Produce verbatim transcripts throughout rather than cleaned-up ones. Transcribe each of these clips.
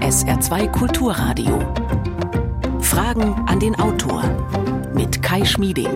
S R zwei Kulturradio. Fragen an den Autor mit Kai Schmieding.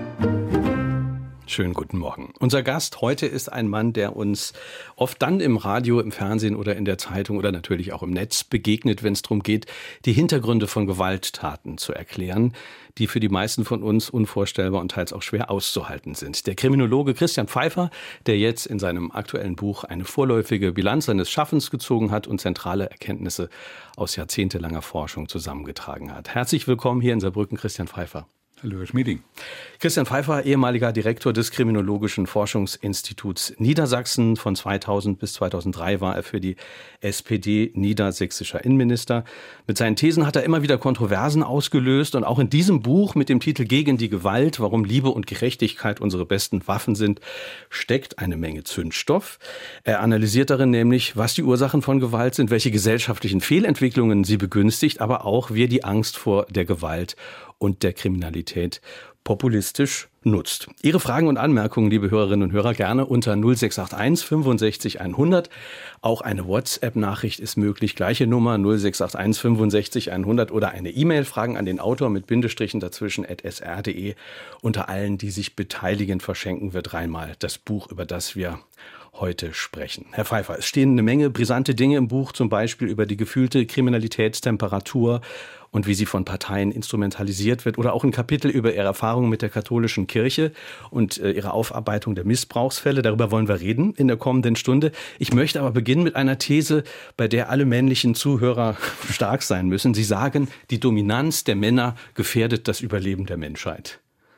Schönen guten Morgen. Unser Gast heute ist ein Mann, der uns oft dann im Radio, im Fernsehen oder in der Zeitung oder natürlich auch im Netz begegnet, wenn es darum geht, die Hintergründe von Gewalttaten zu erklären, die für die meisten von uns unvorstellbar und teils auch schwer auszuhalten sind. Der Kriminologe Christian Pfeiffer, der jetzt in seinem aktuellen Buch eine vorläufige Bilanz seines Schaffens gezogen hat und zentrale Erkenntnisse aus jahrzehntelanger Forschung zusammengetragen hat. Herzlich willkommen hier in Saarbrücken, Christian Pfeiffer. Hallo, Herr Schmieding. Christian Pfeiffer, ehemaliger Direktor des Kriminologischen Forschungsinstituts Niedersachsen. Von zweitausend bis zweitausenddrei war er für die S P D niedersächsischer Innenminister. Mit seinen Thesen hat er immer wieder Kontroversen ausgelöst. Und auch in diesem Buch mit dem Titel Gegen die Gewalt, warum Liebe und Gerechtigkeit unsere besten Waffen sind, steckt eine Menge Zündstoff. Er analysiert darin nämlich, was die Ursachen von Gewalt sind, welche gesellschaftlichen Fehlentwicklungen sie begünstigt, aber auch, wie er die Angst vor der Gewalt und der Kriminalität populistisch nutzt. Ihre Fragen und Anmerkungen, liebe Hörerinnen und Hörer, gerne unter null sechs acht eins fünfundsechzig hundert. Auch eine WhatsApp-Nachricht ist möglich. Gleiche Nummer null sechs acht eins fünfundsechzig hundert oder eine E-Mail, Fragen an den Autor mit Bindestrichen dazwischen at s r punkt d e. Unter allen, die sich beteiligen, verschenken wir dreimal das Buch, über das wir heute sprechen. Herr Pfeiffer, es stehen eine Menge brisante Dinge im Buch, zum Beispiel über die gefühlte Kriminalitätstemperatur und wie sie von Parteien instrumentalisiert wird, oder auch ein Kapitel über Ihre Erfahrungen mit der katholischen Kirche und äh, Ihre Aufarbeitung der Missbrauchsfälle. Darüber wollen wir reden in der kommenden Stunde. Ich möchte aber beginnen mit einer These, bei der alle männlichen Zuhörer stark sein müssen. Sie sagen, die Dominanz der Männer gefährdet das Überleben der Menschheit.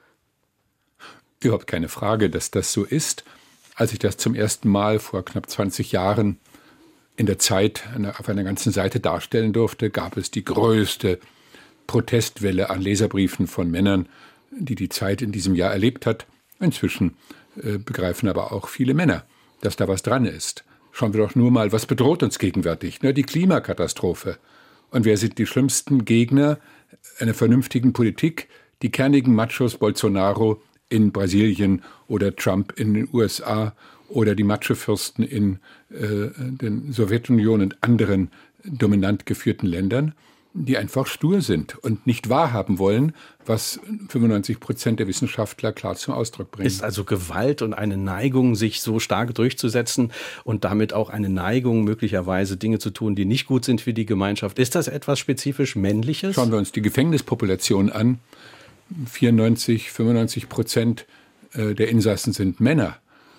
Überhaupt keine Frage, dass das so ist. Als ich das zum ersten Mal vor knapp zwanzig Jahren in der Zeit auf einer ganzen Seite darstellen durfte, gab es die größte Protestwelle an Leserbriefen von Männern, die die Zeit in diesem Jahr erlebt hat. Inzwischen äh, begreifen aber auch viele Männer, dass da was dran ist. Schauen wir doch nur mal, was bedroht uns gegenwärtig? Ne? Die Klimakatastrophe. Und wer sind die schlimmsten Gegner einer vernünftigen Politik? Die kernigen Machos Bolsonaro in Brasilien oder Trump in den U S A oder die Macho-Fürsten in äh, den Sowjetunion und anderen dominant geführten Ländern, die einfach stur sind und nicht wahrhaben wollen, was fünfundneunzig Prozent der Wissenschaftler klar zum Ausdruck bringen. Ist also Gewalt und eine Neigung, sich so stark durchzusetzen und damit auch eine Neigung, möglicherweise Dinge zu tun, die nicht gut sind für die Gemeinschaft. Ist das etwas spezifisch Männliches? Schauen wir uns die Gefängnispopulation an. vierundneunzig, fünfundneunzig Prozent der Insassen sind Männer.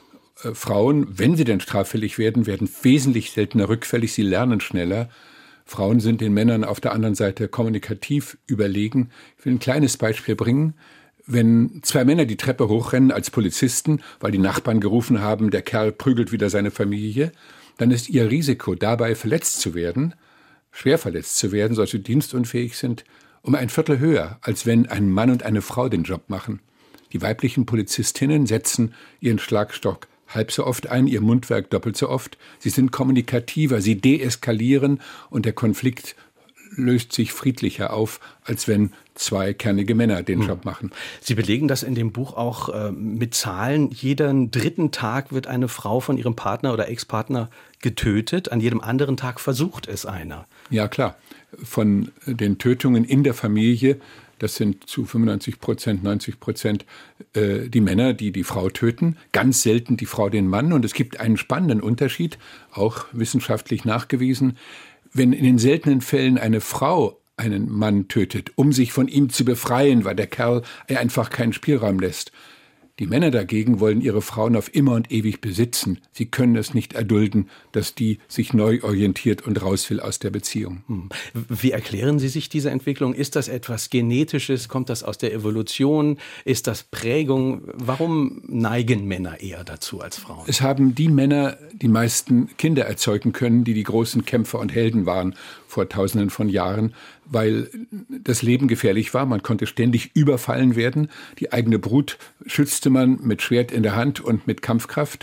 Frauen, wenn sie denn straffällig werden, werden wesentlich seltener rückfällig, sie lernen schneller. Frauen sind den Männern auf der anderen Seite kommunikativ überlegen. Ich will ein kleines Beispiel bringen. Wenn zwei Männer die Treppe hochrennen als Polizisten, weil die Nachbarn gerufen haben, der Kerl prügelt wieder seine Familie, dann ist ihr Risiko, dabei verletzt zu werden, schwer verletzt zu werden, sodass sie dienstunfähig sind, um ein Viertel höher, als wenn ein Mann und eine Frau den Job machen. Die weiblichen Polizistinnen setzen ihren Schlagstock halb so oft ein, ihr Mundwerk doppelt so oft. Sie sind kommunikativer, sie deeskalieren und der Konflikt löst sich friedlicher auf, als wenn zwei kernige Männer den Job machen. Sie belegen das in dem Buch auch äh, mit Zahlen. Jeden dritten Tag wird eine Frau von ihrem Partner oder Ex-Partner getötet. An jedem anderen Tag versucht es einer. Ja, klar. Von den Tötungen in der Familie, das sind zu fünfundneunzig Prozent, neunzig Prozent äh, die Männer, die die Frau töten. Ganz selten die Frau den Mann. Und es gibt einen spannenden Unterschied, auch wissenschaftlich nachgewiesen. Wenn in den seltenen Fällen eine Frau einen Mann tötet, um sich von ihm zu befreien, weil der Kerl einfach keinen Spielraum lässt. Die Männer dagegen wollen ihre Frauen auf immer und ewig besitzen. Sie können es nicht erdulden, dass die sich neu orientiert und raus will aus der Beziehung. Wie erklären Sie sich diese Entwicklung? Ist das etwas Genetisches? Kommt das aus der Evolution? Ist das Prägung? Warum neigen Männer eher dazu als Frauen? Es haben die Männer die meisten Kinder erzeugen können, die die großen Kämpfer und Helden waren vor Tausenden von Jahren, weil das Leben gefährlich war. Man konnte ständig überfallen werden. Die eigene Brut schützte man mit Schwert in der Hand und mit Kampfkraft.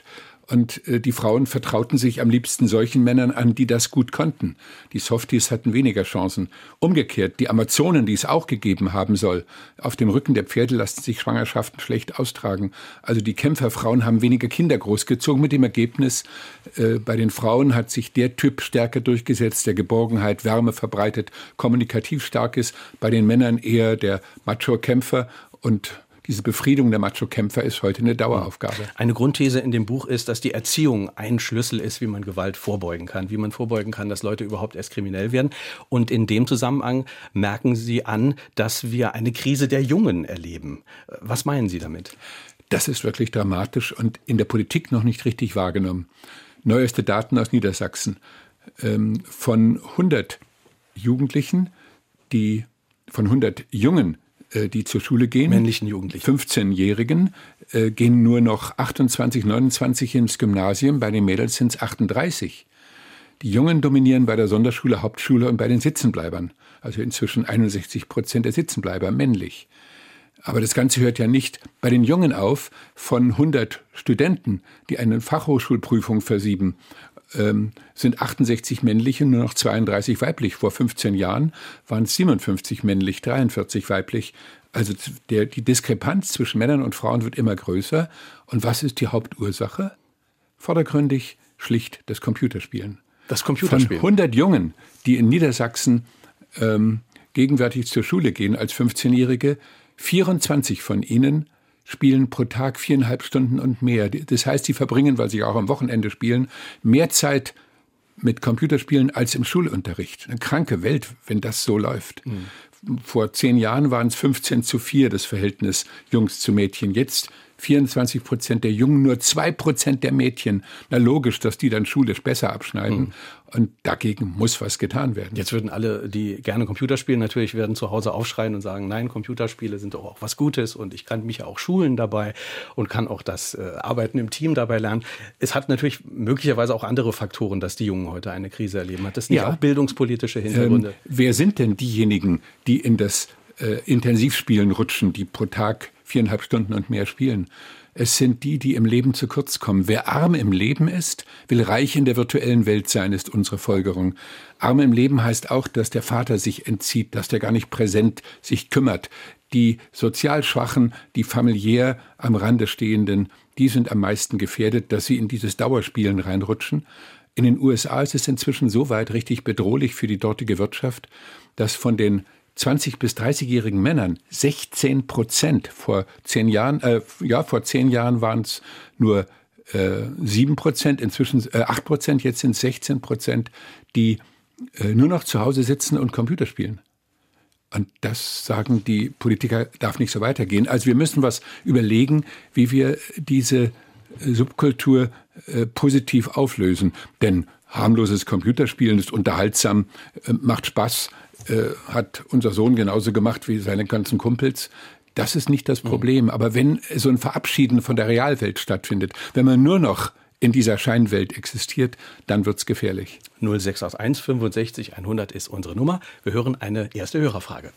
Und äh, die Frauen vertrauten sich am liebsten solchen Männern an, die das gut konnten. Die Softies hatten weniger Chancen. Umgekehrt, die Amazonen, die es auch gegeben haben soll, auf dem Rücken der Pferde lassen sich Schwangerschaften schlecht austragen. Also die Kämpferfrauen haben weniger Kinder großgezogen, mit dem Ergebnis, äh, bei den Frauen hat sich der Typ stärker durchgesetzt, der Geborgenheit, Wärme verbreitet, kommunikativ stark ist. Bei den Männern eher der Macho-Kämpfer, und diese Befriedung der Macho-Kämpfer ist heute eine Daueraufgabe. Eine Grundthese in dem Buch ist, dass die Erziehung ein Schlüssel ist, wie man Gewalt vorbeugen kann, wie man vorbeugen kann, dass Leute überhaupt erst kriminell werden. Und in dem Zusammenhang merken Sie an, dass wir eine Krise der Jungen erleben. Was meinen Sie damit? Das ist wirklich dramatisch und in der Politik noch nicht richtig wahrgenommen. Neueste Daten aus Niedersachsen. Ähm, von hundert Jugendlichen, die von hundert Jungen, die zur Schule gehen, männlichen Jugendlichen, fünfzehnjährigen, äh, gehen nur noch achtundzwanzig, neunundzwanzig ins Gymnasium, bei den Mädels sind es achtunddreißig. Die Jungen dominieren bei der Sonderschule, Hauptschule und bei den Sitzenbleibern. Also inzwischen einundsechzig Prozent der Sitzenbleiber männlich. Aber das Ganze hört ja nicht bei den Jungen auf. Von hundert Studenten, die eine Fachhochschulprüfung versieben, ähm, sind achtundsechzig männlich und nur noch zweiunddreißig weiblich. Vor fünfzehn Jahren waren es siebenundfünfzig männlich, dreiundvierzig weiblich. Also der, die Diskrepanz zwischen Männern und Frauen wird immer größer. Und was ist die Hauptursache? Vordergründig schlicht das Computerspielen. Das Computerspielen. Von hundert Jungen, die in Niedersachsen ähm, gegenwärtig zur Schule gehen als fünfzehnjährige, vierundzwanzig von ihnen spielen pro Tag viereinhalb Stunden und mehr. Das heißt, sie verbringen, weil sie auch am Wochenende spielen, mehr Zeit mit Computerspielen als im Schulunterricht. Eine kranke Welt, wenn das so läuft. Mhm. Vor zehn Jahren waren es fünfzehn zu vier, das Verhältnis Jungs zu Mädchen. Jetzt vierundzwanzig Prozent der Jungen, nur zwei Prozent der Mädchen. Na logisch, dass die dann schulisch besser abschneiden. Mhm. Und dagegen muss was getan werden. Jetzt würden alle, die gerne Computer spielen, natürlich werden zu Hause aufschreien und sagen, nein, Computerspiele sind doch auch was Gutes und ich kann mich ja auch schulen dabei und kann auch das äh, Arbeiten im Team dabei lernen. Es hat natürlich möglicherweise auch andere Faktoren, dass die Jungen heute eine Krise erleben. Hat das nicht ja. auch bildungspolitische Hintergründe? Ähm, wer sind denn diejenigen, die in das äh, Intensivspielen rutschen, die pro Tag viereinhalb Stunden und mehr spielen? Es sind die, die im Leben zu kurz kommen. Wer arm im Leben ist, will reich in der virtuellen Welt sein, ist unsere Folgerung. Arm im Leben heißt auch, dass der Vater sich entzieht, dass der gar nicht präsent sich kümmert. Die sozial Schwachen, die familiär am Rande Stehenden, die sind am meisten gefährdet, dass sie in dieses Dauerspielen reinrutschen. In den U S A ist es inzwischen so weit richtig bedrohlich für die dortige Wirtschaft, dass von den zwanzig- bis dreißigjährigen Männern sechzehn Prozent vor zehn Jahren, äh, ja, vor zehn Jahren waren es nur äh, sieben Prozent, inzwischen äh, acht Prozent, jetzt sind es sechzehn Prozent, die äh, nur noch zu Hause sitzen und Computer spielen. Und das, sagen die Politiker, darf nicht so weitergehen. Also wir müssen was überlegen, wie wir diese Subkultur äh, positiv auflösen. Denn harmloses Computerspielen ist unterhaltsam, äh, macht Spaß, äh, hat unser Sohn genauso gemacht wie seine ganzen Kumpels. Das ist nicht das Problem. Aber wenn so ein Verabschieden von der Realwelt stattfindet, wenn man nur noch in dieser Scheinwelt existiert, dann wird's gefährlich. null sechs acht eins fünfundsechzig hundert ist unsere Nummer. Wir hören eine erste Hörerfrage.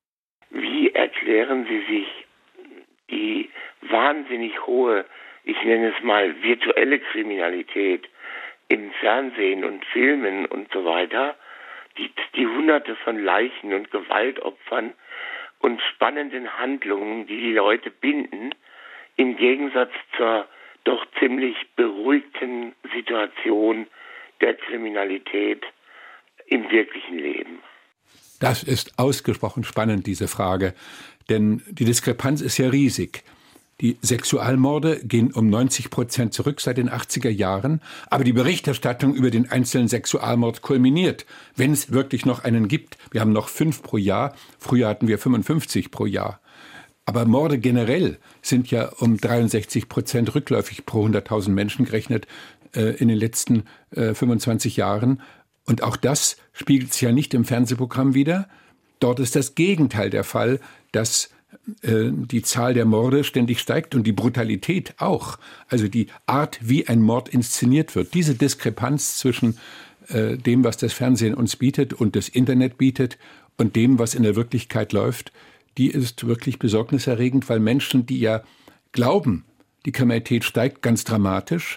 Wie erklären Sie sich die wahnsinnig hohe, ich nenne es mal virtuelle Kriminalität im Fernsehen und Filmen und so weiter, die, die Hunderte von Leichen und Gewaltopfern und spannenden Handlungen, die die Leute binden, im Gegensatz zur doch ziemlich beruhigten Situation der Kriminalität im wirklichen Leben? Das ist ausgesprochen spannend, diese Frage, denn die Diskrepanz ist ja riesig. Die Sexualmorde gehen um neunzig Prozent zurück seit den achtziger Jahren, aber die Berichterstattung über den einzelnen Sexualmord kulminiert, wenn es wirklich noch einen gibt. Wir haben noch fünf pro Jahr, früher hatten wir fünfundfünfzig pro Jahr. Aber Morde generell sind ja um dreiundsechzig Prozent rückläufig pro hunderttausend Menschen gerechnet äh, in den letzten äh, fünfundzwanzig Jahren. Und auch das spiegelt sich ja nicht im Fernsehprogramm wider. Dort ist das Gegenteil der Fall, dass äh, die Zahl der Morde ständig steigt und die Brutalität auch. Also die Art, wie ein Mord inszeniert wird. Diese Diskrepanz zwischen äh, dem, was das Fernsehen uns bietet und das Internet bietet und dem, was in der Wirklichkeit läuft, die ist wirklich besorgniserregend, weil Menschen, die ja glauben, die Kriminalität steigt ganz dramatisch,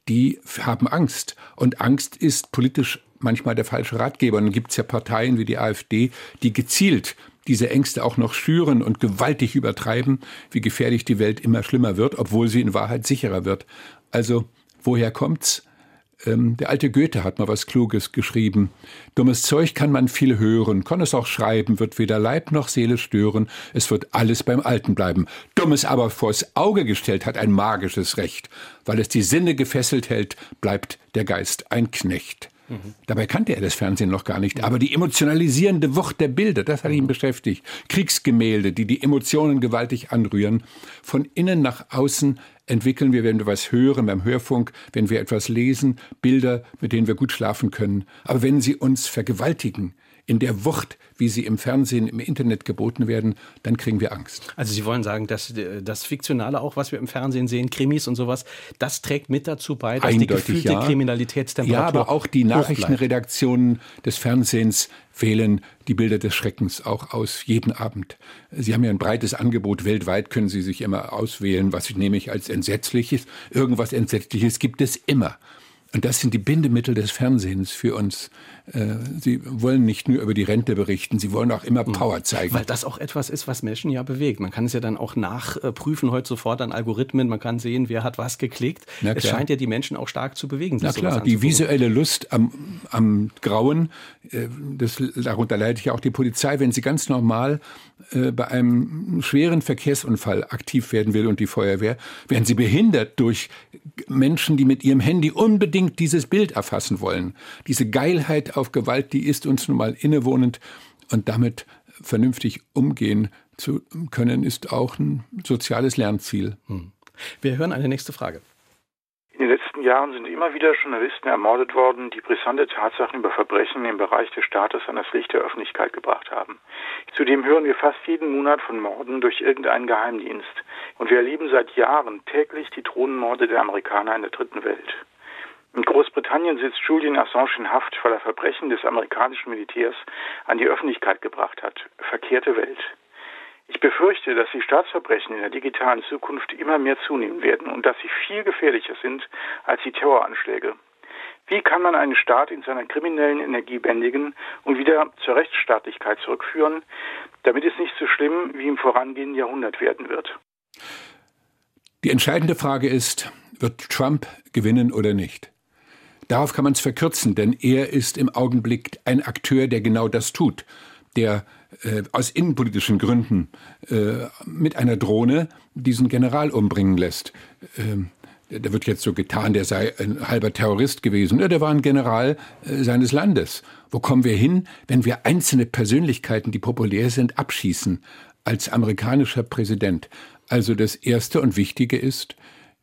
die haben Angst. Und Angst ist politisch manchmal der falsche Ratgeber. Und dann gibt es ja Parteien wie die AfD, die gezielt diese Ängste auch noch schüren und gewaltig übertreiben, wie gefährlich die Welt immer schlimmer wird, obwohl sie in Wahrheit sicherer wird. Also, woher kommt's? Ähm, der alte Goethe hat mal was Kluges geschrieben. Dummes Zeug kann man viel hören, kann es auch schreiben, wird weder Leib noch Seele stören, es wird alles beim Alten bleiben. Dummes aber vors Auge gestellt hat ein magisches Recht, weil es die Sinne gefesselt hält, bleibt der Geist ein Knecht. Mhm. Dabei kannte er das Fernsehen noch gar nicht. Aber die emotionalisierende Wucht der Bilder, das hat ihn beschäftigt. Kriegsgemälde, die die Emotionen gewaltig anrühren. Von innen nach außen entwickeln wir, wenn wir was hören, beim Hörfunk, wenn wir etwas lesen, Bilder, mit denen wir gut schlafen können. Aber wenn sie uns vergewaltigen, in der Wucht, wie sie im Fernsehen, im Internet geboten werden, dann kriegen wir Angst. Also Sie wollen sagen, dass das Fiktionale auch, was wir im Fernsehen sehen, Krimis und sowas, das trägt mit dazu bei, dass Eindeutig, die gefühlte ja. Kriminalitätstemperatur Ja, aber auch die Nachrichtenredaktionen des Fernsehens wählen die Bilder des Schreckens auch aus, jeden Abend. Sie haben ja ein breites Angebot. Weltweit können Sie sich immer auswählen, was nehme ich als Entsetzliches. Irgendwas Entsetzliches gibt es immer. Und das sind die Bindemittel des Fernsehens für uns. Sie wollen nicht nur über die Rente berichten, sie wollen auch immer Power zeigen. Weil das auch etwas ist, was Menschen ja bewegt. Man kann es ja dann auch nachprüfen heute sofort an Algorithmen. Man kann sehen, wer hat was geklickt. Es scheint ja die Menschen auch stark zu bewegen. Na klar, die visuelle Lust am, am Grauen, das, darunter leidet ja auch die Polizei. Wenn sie ganz normal äh, bei einem schweren Verkehrsunfall aktiv werden will und die Feuerwehr, werden sie behindert durch Menschen, die mit ihrem Handy unbedingt dieses Bild erfassen wollen. Diese Geilheit auf Gewalt, die ist uns nun mal innewohnend, und damit vernünftig umgehen zu können, ist auch ein soziales Lernziel. Hm. Wir hören eine nächste Frage. In den letzten Jahren sind immer wieder Journalisten ermordet worden, die brisante Tatsachen über Verbrechen im Bereich des Staates an das Licht der Öffentlichkeit gebracht haben. Zudem hören wir fast jeden Monat von Morden durch irgendeinen Geheimdienst. Und wir erleben seit Jahren täglich die Drohnenmorde der Amerikaner in der dritten Welt. In Großbritannien sitzt Julian Assange in Haft, weil er Verbrechen des amerikanischen Militärs an die Öffentlichkeit gebracht hat. Verkehrte Welt. Ich befürchte, dass die Staatsverbrechen in der digitalen Zukunft immer mehr zunehmen werden und dass sie viel gefährlicher sind als die Terroranschläge. Wie kann man einen Staat in seiner kriminellen Energie bändigen und wieder zur Rechtsstaatlichkeit zurückführen, damit es nicht so schlimm wie im vorangehenden Jahrhundert werden wird? Die entscheidende Frage ist, wird Trump gewinnen oder nicht? Darauf kann man es verkürzen, denn er ist im Augenblick ein Akteur, der genau das tut, der äh, aus innenpolitischen Gründen äh, mit einer Drohne diesen General umbringen lässt. Ähm, da wird jetzt so getan, der sei ein halber Terrorist gewesen. Ja, der war ein General äh, seines Landes. Wo kommen wir hin, wenn wir einzelne Persönlichkeiten, die populär sind, abschießen als amerikanischer Präsident? Also das Erste und Wichtige ist,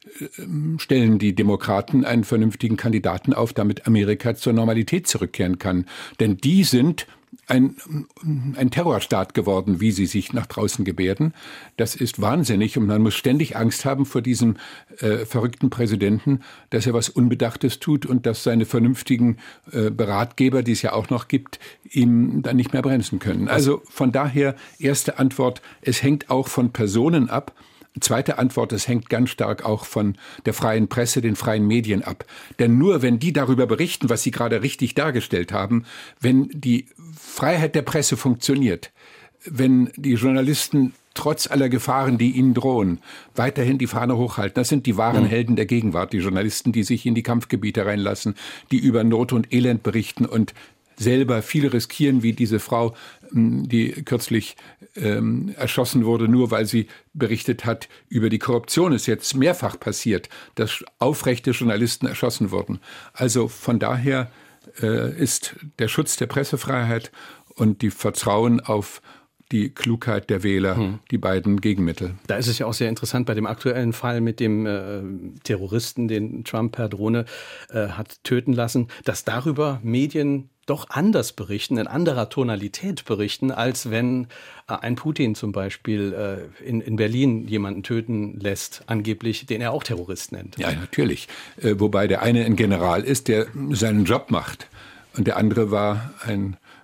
stellen die Demokraten einen vernünftigen Kandidaten auf, damit Amerika zur Normalität zurückkehren kann. Denn die sind ein, ein Terrorstaat geworden, wie sie sich nach draußen gebärden. Das ist wahnsinnig und man muss ständig Angst haben vor diesem äh, verrückten Präsidenten, dass er was Unbedachtes tut und dass seine vernünftigen äh, Beratgeber, die es ja auch noch gibt, ihm dann nicht mehr bremsen können. Also von daher, erste Antwort, es hängt auch von Personen ab. Zweite Antwort, es hängt ganz stark auch von der freien Presse, den freien Medien ab. Denn nur wenn die darüber berichten, was Sie gerade richtig dargestellt haben, wenn die Freiheit der Presse funktioniert, wenn die Journalisten trotz aller Gefahren, die ihnen drohen, weiterhin die Fahne hochhalten, das sind die wahren Helden der Gegenwart, die Journalisten, die sich in die Kampfgebiete reinlassen, die über Not und Elend berichten und selber viel riskieren, wie diese Frau, die kürzlich ähm, erschossen wurde, nur weil sie berichtet hat über die Korruption. Ist jetzt mehrfach passiert, dass aufrechte Journalisten erschossen wurden. Also von daher äh, ist der Schutz der Pressefreiheit und die Vertrauen auf die Klugheit der Wähler, hm. die beiden Gegenmittel. Da ist es ja auch sehr interessant bei dem aktuellen Fall mit dem äh, Terroristen, den Trump per Drohne äh, hat töten lassen, dass darüber Medien doch anders berichten, in anderer Tonalität berichten, als wenn äh, ein Putin zum Beispiel äh, in, in Berlin jemanden töten lässt, angeblich, den er auch Terrorist nennt. Ja, natürlich. Äh, wobei der eine ein General ist, der seinen Job macht. Und der andere war ein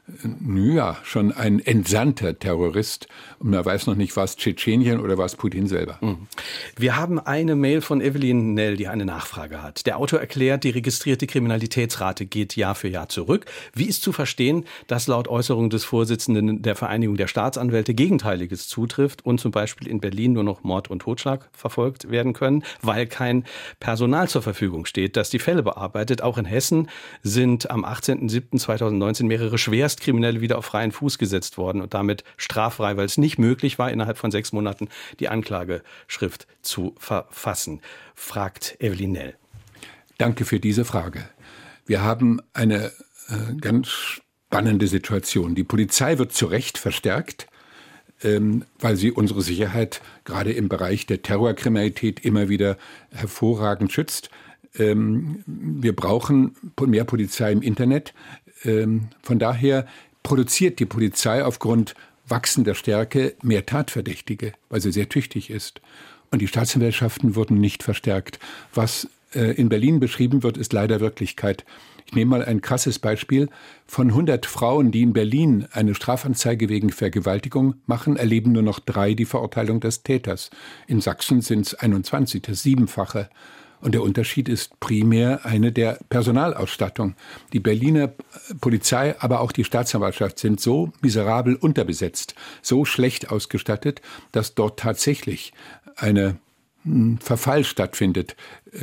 ja, schon ein entsandter Terrorist. Und man weiß noch nicht, war es Tschetschenien oder war es Putin selber. Wir haben eine Mail von Evelyn Nell, die eine Nachfrage hat. Der Autor erklärt, die registrierte Kriminalitätsrate geht Jahr für Jahr zurück. Wie ist zu verstehen, dass laut Äußerung des Vorsitzenden der Vereinigung der Staatsanwälte Gegenteiliges zutrifft und zum Beispiel in Berlin nur noch Mord und Totschlag verfolgt werden können, weil kein Personal zur Verfügung steht, das die Fälle bearbeitet. Auch in Hessen sind am achtzehnten siebten zweitausendneunzehn mehrere Schwerstkriminelle wieder auf freien Fuß gesetzt worden und damit straffrei, weil es nicht möglich war, innerhalb von sechs Monaten die Anklageschrift zu verfassen, fragt Evelyn Nell. Danke für diese Frage. Wir haben eine äh, ganz spannende Situation. Die Polizei wird zu Recht verstärkt, ähm, weil sie unsere Sicherheit gerade im Bereich der Terrorkriminalität immer wieder hervorragend schützt. Ähm, wir brauchen mehr Polizei im Internet. Ähm, von daher produziert die Polizei aufgrund wachsender Stärke mehr Tatverdächtige, weil sie sehr tüchtig ist. Und die Staatsanwaltschaften wurden nicht verstärkt. Was äh, in Berlin beschrieben wird, ist leider Wirklichkeit. Ich nehme mal ein krasses Beispiel. Von hundert Frauen, die in Berlin eine Strafanzeige wegen Vergewaltigung machen, erleben nur noch drei die Verurteilung des Täters. In Sachsen sind es einundzwanzig, das Siebenfache. Und der Unterschied ist primär eine der Personalausstattung. Die Berliner Polizei, aber auch die Staatsanwaltschaft sind so miserabel unterbesetzt, so schlecht ausgestattet, dass dort tatsächlich eine Verfall stattfindet,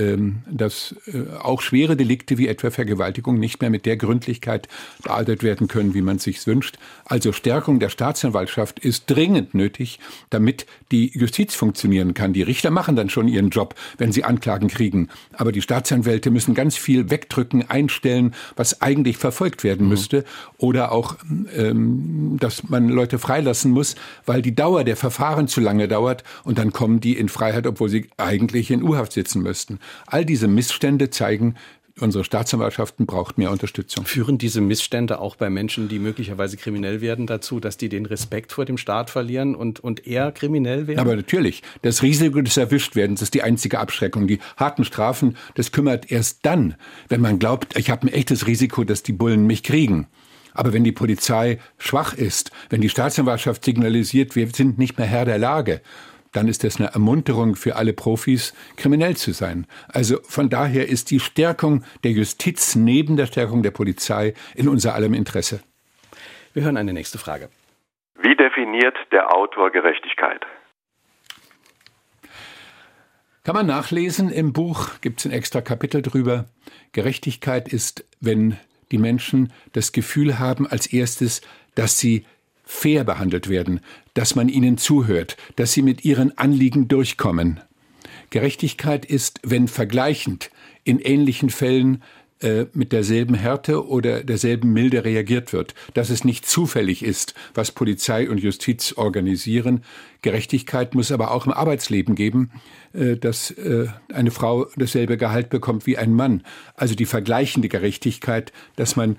dass auch schwere Delikte wie etwa Vergewaltigung nicht mehr mit der Gründlichkeit bearbeitet werden können, wie man es sich wünscht. Also Stärkung der Staatsanwaltschaft ist dringend nötig, damit die Justiz funktionieren kann. Die Richter machen dann schon ihren Job, wenn sie Anklagen kriegen. Aber die Staatsanwälte müssen ganz viel wegdrücken, einstellen, was eigentlich verfolgt werden müsste. Oder auch, ähm, dass man Leute freilassen muss, weil die Dauer der Verfahren zu lange dauert und dann kommen die in Freiheit, obwohl sie eigentlich in U-Haft sitzen müssten. All diese Missstände zeigen, unsere Staatsanwaltschaften braucht mehr Unterstützung. Führen diese Missstände auch bei Menschen, die möglicherweise kriminell werden, dazu, dass die den Respekt vor dem Staat verlieren und, und eher kriminell werden? Aber natürlich. Das Risiko des Erwischtwerdens ist die einzige Abschreckung. Die harten Strafen, das kümmert erst dann, wenn man glaubt, ich habe ein echtes Risiko, dass die Bullen mich kriegen. Aber wenn die Polizei schwach ist, wenn die Staatsanwaltschaft signalisiert, wir sind nicht mehr Herr der Lage, dann ist das eine Ermunterung für alle Profis, kriminell zu sein. Also von daher ist die Stärkung der Justiz neben der Stärkung der Polizei in unser allem Interesse. Wir hören eine nächste Frage. Wie definiert der Autor Gerechtigkeit? Kann man nachlesen im Buch, gibt es ein extra Kapitel drüber. Gerechtigkeit ist, wenn die Menschen das Gefühl haben, als erstes, dass sie fair behandelt werden, dass man ihnen zuhört, dass sie mit ihren Anliegen durchkommen. Gerechtigkeit ist, wenn vergleichend in ähnlichen Fällen äh, mit derselben Härte oder derselben Milde reagiert wird, dass es nicht zufällig ist, was Polizei und Justiz organisieren. Gerechtigkeit muss aber auch im Arbeitsleben geben, äh, dass äh, eine Frau dasselbe Gehalt bekommt wie ein Mann. Also die vergleichende Gerechtigkeit, dass man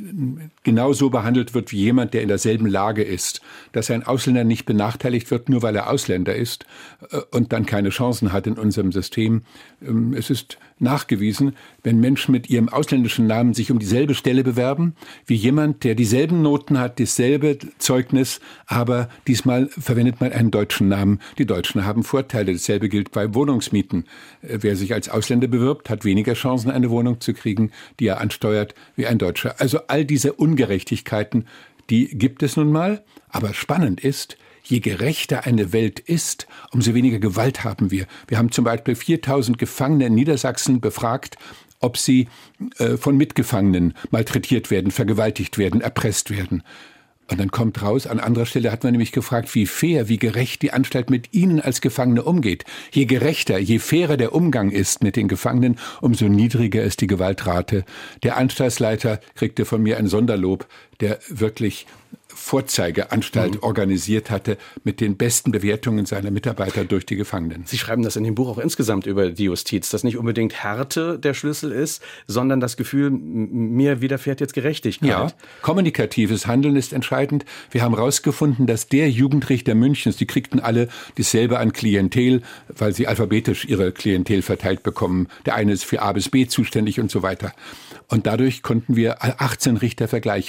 genauso behandelt wird wie jemand, der in derselben Lage ist. Dass ein Ausländer nicht benachteiligt wird, nur weil er Ausländer ist und dann keine Chancen hat in unserem System. Es ist nachgewiesen, wenn Menschen mit ihrem ausländischen Namen sich um dieselbe Stelle bewerben, wie jemand, der dieselben Noten hat, dasselbe Zeugnis, aber diesmal verwendet man einen deutschen Namen. Die Deutschen haben Vorteile. Dasselbe gilt bei Wohnungsmieten. Wer sich als Ausländer bewirbt, hat weniger Chancen, eine Wohnung zu kriegen, die er ansteuert, wie ein Deutscher. Also all diese Ungerechtigkeiten, die gibt es nun mal. Aber spannend ist, je gerechter eine Welt ist, umso weniger Gewalt haben wir. Wir haben zum Beispiel viertausend Gefangene in Niedersachsen befragt, ob sie äh, von Mitgefangenen malträtiert werden, vergewaltigt werden, erpresst werden. Und dann kommt raus, an anderer Stelle hat man nämlich gefragt, wie fair, wie gerecht die Anstalt mit ihnen als Gefangene umgeht. Je gerechter, je fairer der Umgang ist mit den Gefangenen, umso niedriger ist die Gewaltrate. Der Anstaltsleiter kriegte von mir ein Sonderlob, der wirklich Vorzeigeanstalt mhm. organisiert hatte mit den besten Bewertungen seiner Mitarbeiter durch die Gefangenen. Sie schreiben das in dem Buch auch insgesamt über die Justiz, dass nicht unbedingt Härte der Schlüssel ist, sondern das Gefühl, mir widerfährt jetzt Gerechtigkeit. Ja, kommunikatives Handeln ist entscheidend. Wir haben herausgefunden, dass der Jugendrichter Münchens, die kriegten alle dasselbe an Klientel, weil sie alphabetisch ihre Klientel verteilt bekommen. Der eine ist für A bis B zuständig und so weiter. Und dadurch konnten wir achtzehn Richter vergleichen. Wer hat den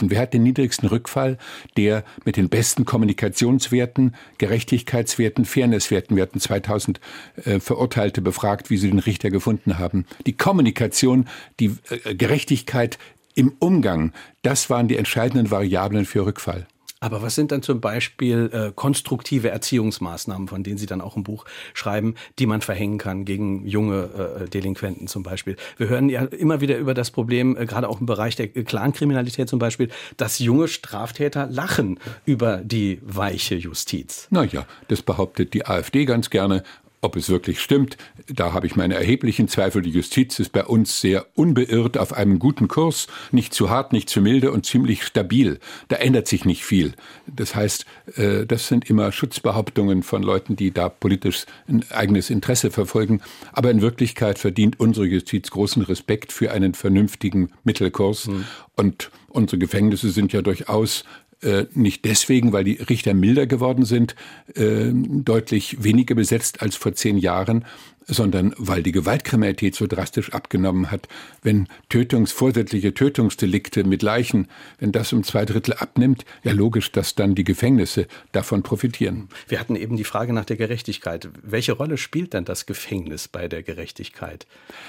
den niedrigsten Rückfall, der mit den besten Kommunikationswerten, Gerechtigkeitswerten, Fairnesswerten. Wir hatten zweitausend äh, Verurteilte befragt, wie sie den Richter gefunden haben. Die Kommunikation, die äh, Gerechtigkeit im Umgang, das waren die entscheidenden Variablen für Rückfall. Aber was sind dann zum Beispiel äh, konstruktive Erziehungsmaßnahmen, von denen Sie dann auch im Buch schreiben, die man verhängen kann gegen junge äh, Delinquenten zum Beispiel? Wir hören ja immer wieder über das Problem, äh, gerade auch im Bereich der Clankriminalität zum Beispiel, dass junge Straftäter lachen über die weiche Justiz. Naja, das behauptet die AfD ganz gerne. Ob es wirklich stimmt, da habe ich meine erheblichen Zweifel. Die Justiz ist bei uns sehr unbeirrt auf einem guten Kurs, nicht zu hart, nicht zu milde und ziemlich stabil. Da ändert sich nicht viel. Das heißt, das sind immer Schutzbehauptungen von Leuten, die da politisch ein eigenes Interesse verfolgen. Aber in Wirklichkeit verdient unsere Justiz großen Respekt für einen vernünftigen Mittelkurs. Mhm. Und unsere Gefängnisse sind ja durchaus Äh, nicht deswegen, weil die Richter milder geworden sind, äh, deutlich weniger besetzt als vor zehn Jahren, sondern weil die Gewaltkriminalität so drastisch abgenommen hat. Wenn Tötungs, vorsätzliche Tötungsdelikte mit Leichen, wenn das um zwei Drittel abnimmt, ja logisch, dass dann die Gefängnisse davon profitieren. Wir hatten eben die Frage nach der Gerechtigkeit. Welche Rolle spielt denn das Gefängnis bei der Gerechtigkeit?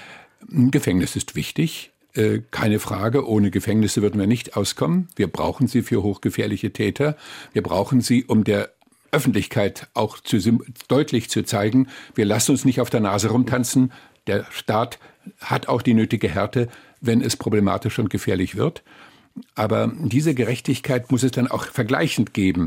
Gefängnis ist wichtig. Keine Frage, ohne Gefängnisse würden wir nicht auskommen. Wir brauchen sie für hochgefährliche Täter. Wir brauchen sie, um der Öffentlichkeit auch zu, deutlich zu zeigen, wir lassen uns nicht auf der Nase rumtanzen. Der Staat hat auch die nötige Härte, wenn es problematisch und gefährlich wird. Aber diese Gerechtigkeit muss es dann auch vergleichend geben,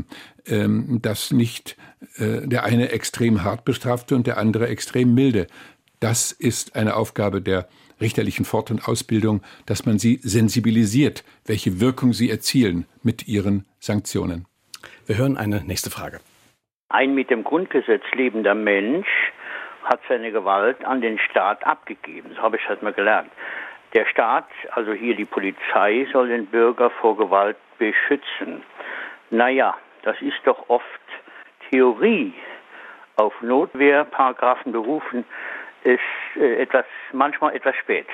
dass nicht der eine extrem hart bestraft wird und der andere extrem milde. Das ist eine Aufgabe der richterlichen Fort- und Ausbildung, dass man sie sensibilisiert, welche Wirkung sie erzielen mit ihren Sanktionen. Wir hören eine nächste Frage. Ein mit dem Grundgesetz lebender Mensch hat seine Gewalt an den Staat abgegeben. So habe ich das mal gelernt. Der Staat, also hier die Polizei, soll den Bürger vor Gewalt beschützen. Naja, das ist doch oft Theorie. Auf Notwehrparagraphen berufen ist äh, etwas, manchmal etwas spät.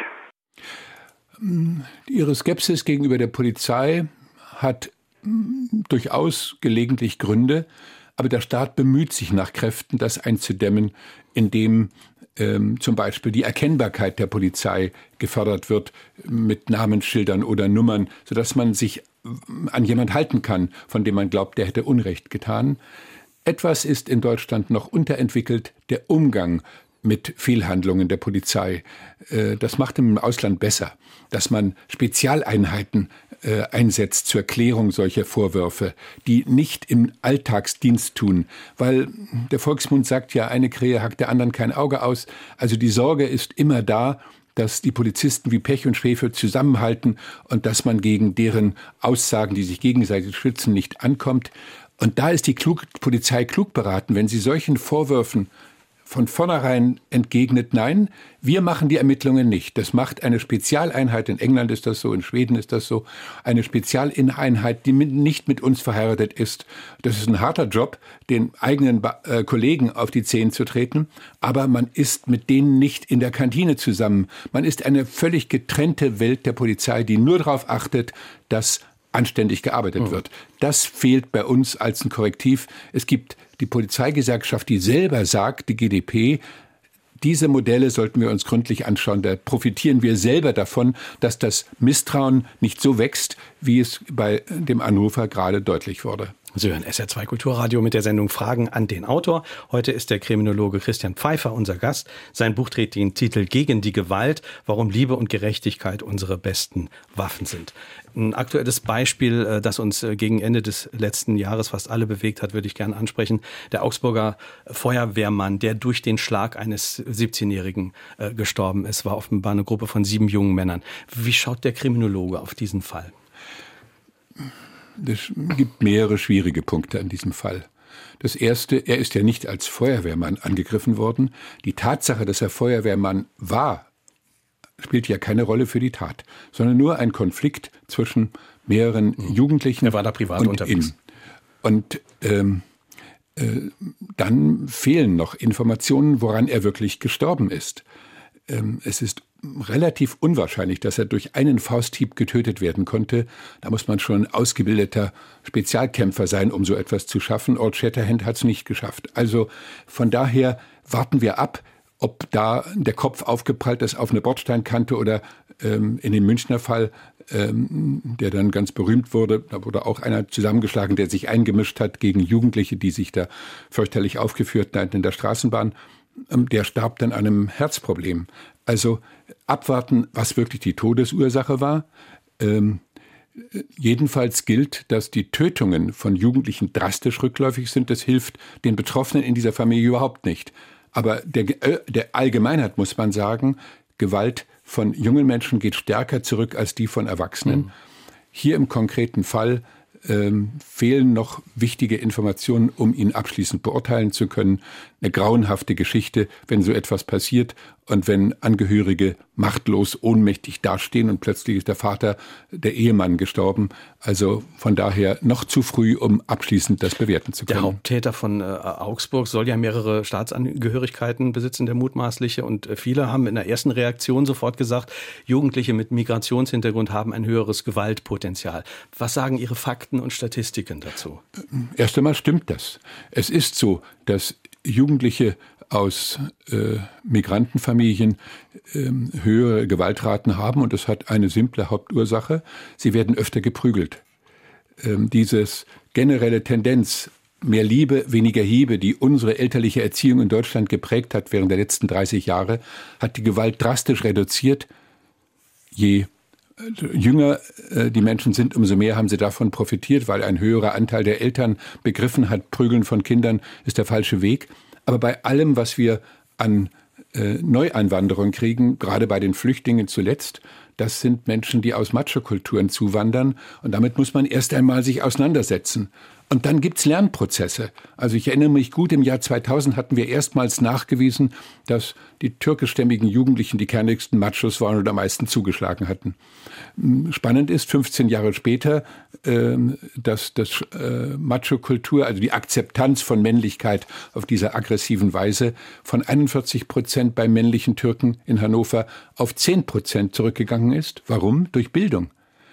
Ihre Skepsis gegenüber der Polizei hat mh, durchaus gelegentlich Gründe, aber der Staat bemüht sich nach Kräften, das einzudämmen, indem ähm, zum Beispiel die Erkennbarkeit der Polizei gefördert wird mit Namensschildern oder Nummern, sodass man sich an jemand halten kann, von dem man glaubt, der hätte Unrecht getan. Etwas ist in Deutschland noch unterentwickelt, der Umgang mit Fehlhandlungen der Polizei. Das macht im Ausland besser, dass man Spezialeinheiten einsetzt zur Klärung solcher Vorwürfe, die nicht im Alltagsdienst tun. Weil der Volksmund sagt ja, eine Krähe hackt der anderen kein Auge aus. Also die Sorge ist immer da, dass die Polizisten wie Pech und Schwefel zusammenhalten und dass man gegen deren Aussagen, die sich gegenseitig schützen, nicht ankommt. Und da ist die klug, Polizei klug beraten, wenn sie solchen Vorwürfen von vornherein entgegnet, nein, wir machen die Ermittlungen nicht. Das macht eine Spezialeinheit, in England ist das so, in Schweden ist das so, eine Spezialeinheit, die nicht mit uns verheiratet ist. Das ist ein harter Job, den eigenen äh, Kollegen auf die Zehen zu treten, aber man ist mit denen nicht in der Kantine zusammen. Man ist eine völlig getrennte Welt der Polizei, die nur darauf achtet, dass anständig gearbeitet wird. Das fehlt bei uns als ein Korrektiv. Es gibt die Polizeigewerkschaft, die selber sagt, die G d P, diese Modelle sollten wir uns gründlich anschauen. Da profitieren wir selber davon, dass das Misstrauen nicht so wächst, wie es bei dem Anrufer gerade deutlich wurde. Sie hören S R zwei Kulturradio mit der Sendung Fragen an den Autor. Heute ist der Kriminologe Christian Pfeiffer unser Gast. Sein Buch trägt den Titel Gegen die Gewalt, warum Liebe und Gerechtigkeit unsere besten Waffen sind. Ein aktuelles Beispiel, das uns gegen Ende des letzten Jahres fast alle bewegt hat, würde ich gerne ansprechen. Der Augsburger Feuerwehrmann, der durch den Schlag eines siebzehnjährigen gestorben ist, war offenbar eine Gruppe von sieben jungen Männern. Wie schaut der Kriminologe auf diesen Fall? Es gibt mehrere schwierige Punkte an diesem Fall. Das erste, er ist ja nicht als Feuerwehrmann angegriffen worden. Die Tatsache, dass er Feuerwehrmann war, spielt ja keine Rolle für die Tat, sondern nur ein Konflikt zwischen mehreren mhm. Jugendlichen. Er war da privat und unterwegs. Ihm. Und ähm, äh, dann fehlen noch Informationen, woran er wirklich gestorben ist. Ähm, es ist relativ unwahrscheinlich, dass er durch einen Fausthieb getötet werden konnte. Da muss man schon ein ausgebildeter Spezialkämpfer sein, um so etwas zu schaffen. Old Shatterhand hat es nicht geschafft. Also von daher warten wir ab, ob da der Kopf aufgeprallt ist auf eine Bordsteinkante oder ähm, in dem Münchner Fall, ähm, der dann ganz berühmt wurde, da wurde auch einer zusammengeschlagen, der sich eingemischt hat gegen Jugendliche, die sich da fürchterlich aufgeführt hatten in der Straßenbahn. Ähm, der starb dann an einem Herzproblem. Also abwarten, was wirklich die Todesursache war. Ähm, jedenfalls gilt, dass die Tötungen von Jugendlichen drastisch rückläufig sind. Das hilft den Betroffenen in dieser Familie überhaupt nicht. Aber der, der Allgemeinheit muss man sagen, Gewalt von jungen Menschen geht stärker zurück als die von Erwachsenen. Mhm. Hier im konkreten Fall ähm, fehlen noch wichtige Informationen, um ihn abschließend beurteilen zu können. Eine grauenhafte Geschichte, wenn so etwas passiert und wenn Angehörige machtlos, ohnmächtig dastehen und plötzlich ist der Vater, der Ehemann gestorben. Also von daher noch zu früh, um abschließend das bewerten zu können. Der Haupttäter von äh, Augsburg soll ja mehrere Staatsangehörigkeiten besitzen, der mutmaßliche. Und äh, viele haben in der ersten Reaktion sofort gesagt, Jugendliche mit Migrationshintergrund haben ein höheres Gewaltpotenzial. Was sagen Ihre Fakten und Statistiken dazu? Erst einmal stimmt das. Es ist so, dass Jugendliche aus äh, Migrantenfamilien äh, höhere Gewaltraten haben und das hat eine simple Hauptursache. Sie werden öfter geprügelt. Ähm, dieses generelle Tendenz, mehr Liebe, weniger Hiebe, die unsere elterliche Erziehung in Deutschland geprägt hat während der letzten dreißig Jahre, hat die Gewalt drastisch reduziert. Je jünger äh, die Menschen sind, umso mehr haben sie davon profitiert, weil ein höherer Anteil der Eltern begriffen hat, Prügeln von Kindern ist der falsche Weg. Aber bei allem, was wir an äh, Neueinwanderung kriegen, gerade bei den Flüchtlingen zuletzt, das sind Menschen, die aus Macho-Kulturen zuwandern. Und damit muss man erst einmal sich auseinandersetzen. Und dann gibt's Lernprozesse. Also ich erinnere mich gut, im Jahr zweitausend hatten wir erstmals nachgewiesen, dass die türkischstämmigen Jugendlichen die kernigsten Machos waren und am meisten zugeschlagen hatten. Spannend ist, fünfzehn Jahre später, äh, dass das äh, Macho-Kultur, also die Akzeptanz von Männlichkeit auf diese aggressiven Weise von einundvierzig Prozent bei männlichen Türken in Hannover auf zehn Prozent zurückgegangen ist. Warum? Durch Bildung.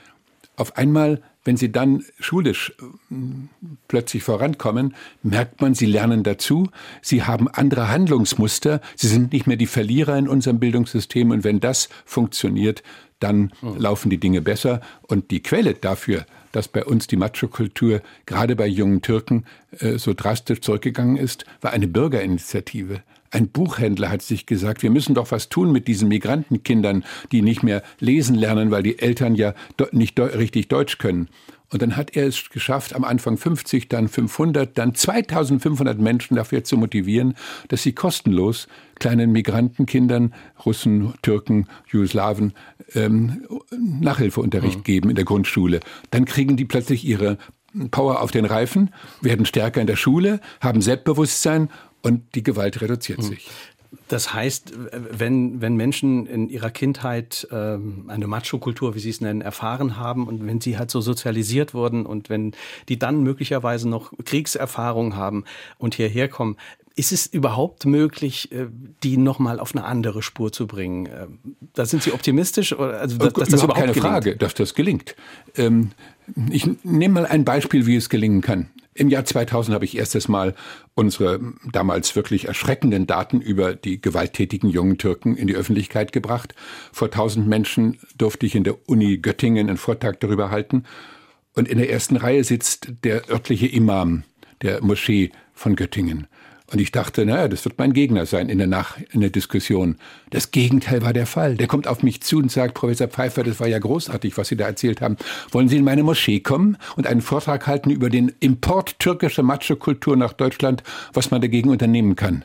Auf einmal, wenn sie dann schulisch äh, plötzlich vorankommen, merkt man, sie lernen dazu, sie haben andere Handlungsmuster, sie sind nicht mehr die Verlierer in unserem Bildungssystem und wenn das funktioniert, dann mhm. laufen die Dinge besser. Und die Quelle dafür, dass bei uns die Macho-Kultur gerade bei jungen Türken äh, so drastisch zurückgegangen ist, war eine Bürgerinitiative. Ein Buchhändler hat sich gesagt, wir müssen doch was tun mit diesen Migrantenkindern, die nicht mehr lesen lernen, weil die Eltern ja nicht de- richtig Deutsch können. Und dann hat er es geschafft, am Anfang fünfzig, dann fünfhundert, dann zweitausendfünfhundert Menschen dafür zu motivieren, dass sie kostenlos kleinen Migrantenkindern, Russen, Türken, Jugoslawen, ähm, Nachhilfeunterricht mhm. geben in der Grundschule. Dann kriegen die plötzlich ihre Power auf den Reifen, werden stärker in der Schule, haben Selbstbewusstsein und die Gewalt reduziert sich. Das heißt, wenn, wenn Menschen in ihrer Kindheit ähm, eine Macho-Kultur, wie Sie es nennen, erfahren haben und wenn sie halt so sozialisiert wurden und wenn die dann möglicherweise noch Kriegserfahrung haben und hierher kommen, ist es überhaupt möglich, die nochmal auf eine andere Spur zu bringen? Da sind Sie optimistisch, also, dass, dass das überhaupt keine gelingt? Frage, dass das gelingt. Ähm, ich nehme mal ein Beispiel, wie es gelingen kann. Im Jahr zweitausend habe ich erstes Mal unsere damals wirklich erschreckenden Daten über die gewalttätigen jungen Türken in die Öffentlichkeit gebracht. Vor tausend Menschen durfte ich in der Uni Göttingen einen Vortrag darüber halten. Und in der ersten Reihe sitzt der örtliche Imam der Moschee von Göttingen. Und ich dachte, naja, das wird mein Gegner sein in der, Nach- in der Diskussion. Das Gegenteil war der Fall. Der kommt auf mich zu und sagt, Professor Pfeiffer, das war ja großartig, was Sie da erzählt haben. Wollen Sie in meine Moschee kommen und einen Vortrag halten über den Import türkischer Macho-Kultur nach Deutschland, was man dagegen unternehmen kann?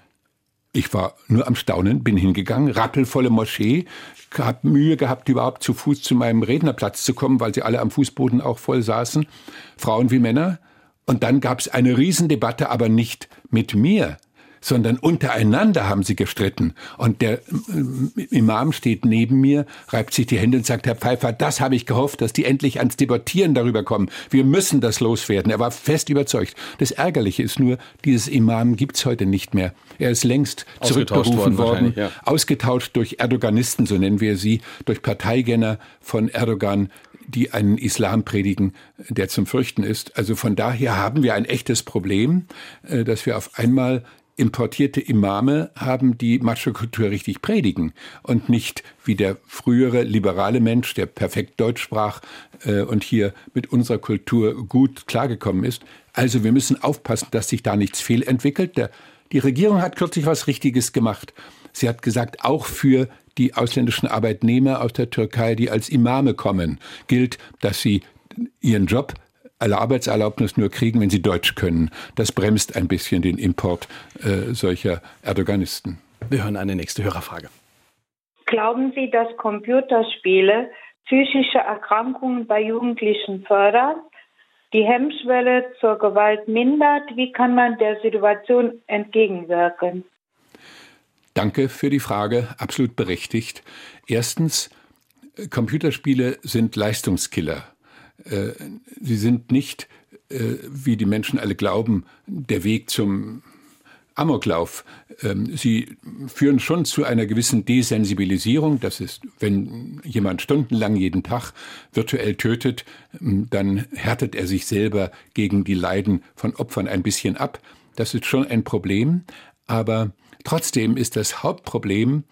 Ich war nur am Staunen, bin hingegangen, rappelvolle Moschee, habe Mühe gehabt, überhaupt zu Fuß zu meinem Rednerplatz zu kommen, weil sie alle am Fußboden auch voll saßen, Frauen wie Männer. Und dann gab es eine Riesendebatte, aber nicht mit mir, sondern untereinander haben sie gestritten. Und der Imam steht neben mir, reibt sich die Hände und sagt, Herr Pfeiffer, das habe ich gehofft, dass die endlich ans Debattieren darüber kommen. Wir müssen das loswerden. Er war fest überzeugt. Das Ärgerliche ist nur, dieses Imam gibt's heute nicht mehr. Er ist längst zurückberufen worden, worden ja. ausgetauscht durch Erdoganisten, so nennen wir sie, durch Parteigänger von Erdogan, die einen Islam predigen, der zum Fürchten ist. Also von daher haben wir ein echtes Problem, dass wir auf einmal importierte Imame haben, die Macho-Kultur richtig predigen und nicht wie der frühere liberale Mensch, der perfekt Deutsch sprach äh, und hier mit unserer Kultur gut klargekommen ist. Also wir müssen aufpassen, dass sich da nichts fehlentwickelt. Der, die Regierung hat kürzlich was Richtiges gemacht. Sie hat gesagt, auch für die ausländischen Arbeitnehmer aus der Türkei, die als Imame kommen, gilt, dass sie ihren Job alle Arbeitserlaubnis nur kriegen, wenn sie Deutsch können. Das bremst ein bisschen den Import äh, solcher Erdoganisten. Wir hören eine nächste Hörerfrage. Glauben Sie, dass Computerspiele psychische Erkrankungen bei Jugendlichen fördern, die Hemmschwelle zur Gewalt mindert? Wie kann man der Situation entgegenwirken? Danke für die Frage, absolut berechtigt. Erstens, Computerspiele sind Leistungskiller. Sie sind nicht, wie die Menschen alle glauben, der Weg zum Amoklauf. Sie führen schon zu einer gewissen Desensibilisierung. Das ist, wenn jemand stundenlang jeden Tag virtuell tötet, dann härtet er sich selber gegen die Leiden von Opfern ein bisschen ab. Das ist schon ein Problem. Aber trotzdem ist das Hauptproblem,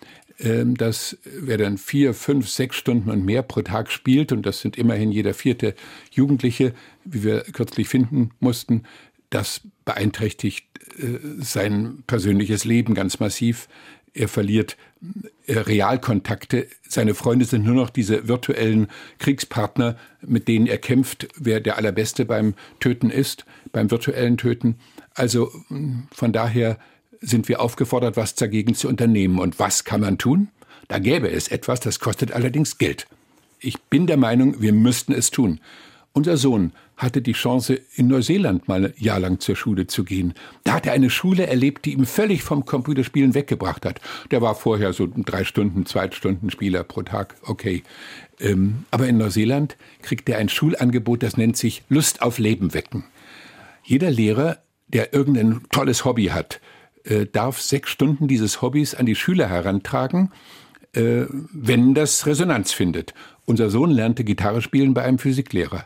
dass wer dann vier, fünf, sechs Stunden und mehr pro Tag spielt, und das sind immerhin jeder vierte Jugendliche, wie wir kürzlich finden mussten, das beeinträchtigt äh, sein persönliches Leben ganz massiv. Er verliert äh, Realkontakte. Seine Freunde sind nur noch diese virtuellen Kriegspartner, mit denen er kämpft, wer der Allerbeste beim Töten ist, beim virtuellen Töten. Also von daher sind wir aufgefordert, was dagegen zu unternehmen. Und was kann man tun? Da gäbe es etwas, das kostet allerdings Geld. Ich bin der Meinung, wir müssten es tun. Unser Sohn hatte die Chance, in Neuseeland mal ein Jahr lang zur Schule zu gehen. Da hat er eine Schule erlebt, die ihm völlig vom Computerspielen weggebracht hat. Der war vorher so drei Stunden, zwei Stunden Spieler pro Tag, okay. Ähm, aber in Neuseeland kriegt er ein Schulangebot, das nennt sich Lust auf Leben wecken. Jeder Lehrer, der irgendein tolles Hobby hat, darf sechs Stunden dieses Hobbys an die Schüler herantragen, äh, wenn das Resonanz findet. Unser Sohn lernte Gitarre spielen bei einem Physiklehrer.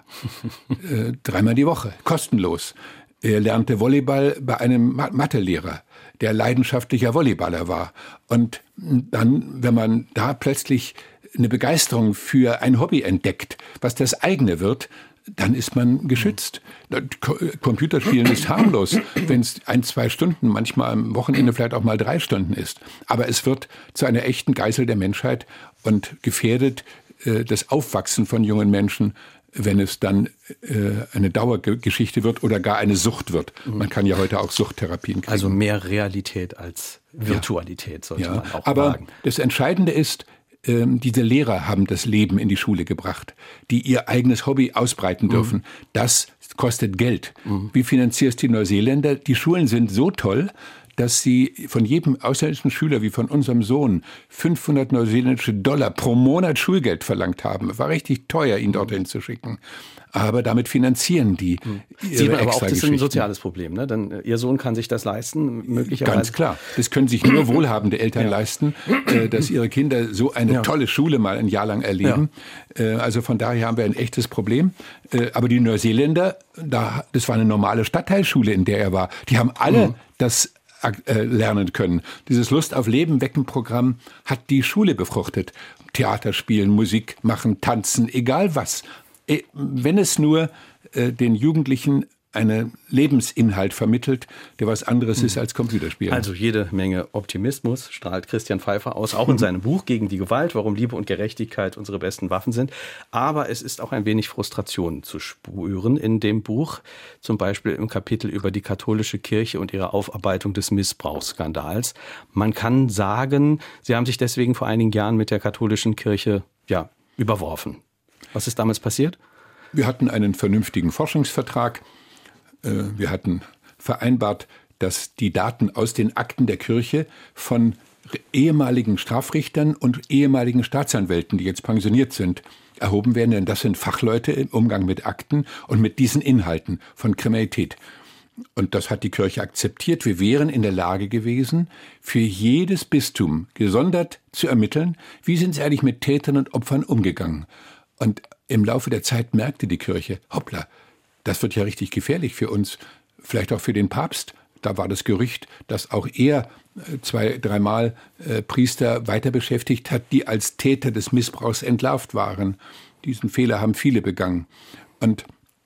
äh, dreimal die Woche, kostenlos. Er lernte Volleyball bei einem Mathelehrer, der leidenschaftlicher Volleyballer war. Und dann, wenn man da plötzlich eine Begeisterung für ein Hobby entdeckt, was das eigene wird, dann ist man geschützt. Computerspielen ist harmlos, wenn es ein, zwei Stunden, manchmal am Wochenende vielleicht auch mal drei Stunden ist. Aber es wird zu einer echten Geißel der Menschheit und gefährdet äh, das Aufwachsen von jungen Menschen, wenn es dann äh, eine Dauergeschichte wird oder gar eine Sucht wird. Man kann ja heute auch Suchttherapien kriegen. Also mehr Realität als Virtualität, ja. sollte ja. man auch Aber wagen. Das Entscheidende ist, diese Lehrer haben das Leben in die Schule gebracht, die ihr eigenes Hobby ausbreiten dürfen. Mhm. Das kostet Geld. Mhm. Wie finanzierst die Neuseeländer? Die Schulen sind so toll, dass sie von jedem ausländischen Schüler wie von unserem Sohn fünfhundert neuseeländische Dollar pro Monat Schulgeld verlangt haben. Es war richtig teuer, ihn dorthin zu schicken. Aber damit finanzieren die mhm. ihre Sieht man aber auch, das ist ein soziales Problem, ne? Denn Ihr Sohn kann sich das leisten, möglicherweise. Ganz klar. Das können sich nur wohlhabende Eltern ja. leisten, äh, dass ihre Kinder so eine ja. tolle Schule mal ein Jahr lang erleben. Ja. Äh, also von daher haben wir ein echtes Problem. Äh, aber die Neuseeländer, da, das war eine normale Stadtteilschule, in der er war. Die haben alle mhm. das lernen können. Dieses Lust auf Leben wecken Programm hat die Schule befruchtet. Theater spielen, Musik machen, tanzen, egal was. Wenn es nur äh, den Jugendlichen einen Lebensinhalt vermittelt, der was anderes mhm. ist als Computerspielen. Also jede Menge Optimismus strahlt Christian Pfeiffer aus, auch in seinem Buch Gegen die Gewalt, warum Liebe und Gerechtigkeit unsere besten Waffen sind. Aber es ist auch ein wenig Frustration zu spüren in dem Buch, zum Beispiel im Kapitel über die katholische Kirche und ihre Aufarbeitung des Missbrauchsskandals. Man kann sagen, Sie haben sich deswegen vor einigen Jahren mit der katholischen Kirche ja, überworfen. Was ist damals passiert? Wir hatten einen vernünftigen Forschungsvertrag. Wir hatten vereinbart, dass die Daten aus den Akten der Kirche von ehemaligen Strafrichtern und ehemaligen Staatsanwälten, die jetzt pensioniert sind, erhoben werden, denn das sind Fachleute im Umgang mit Akten und mit diesen Inhalten von Kriminalität. Und das hat die Kirche akzeptiert. Wir wären in der Lage gewesen, für jedes Bistum gesondert zu ermitteln, wie sind sie eigentlich mit Tätern und Opfern umgegangen. Und im Laufe der Zeit merkte die Kirche, hoppla, das wird ja richtig gefährlich für uns, vielleicht auch für den Papst. Da war das Gerücht, dass auch er zwei, dreimal äh, Priester weiter beschäftigt hat, die als Täter des Missbrauchs entlarvt waren. Diesen Fehler haben viele begangen. Und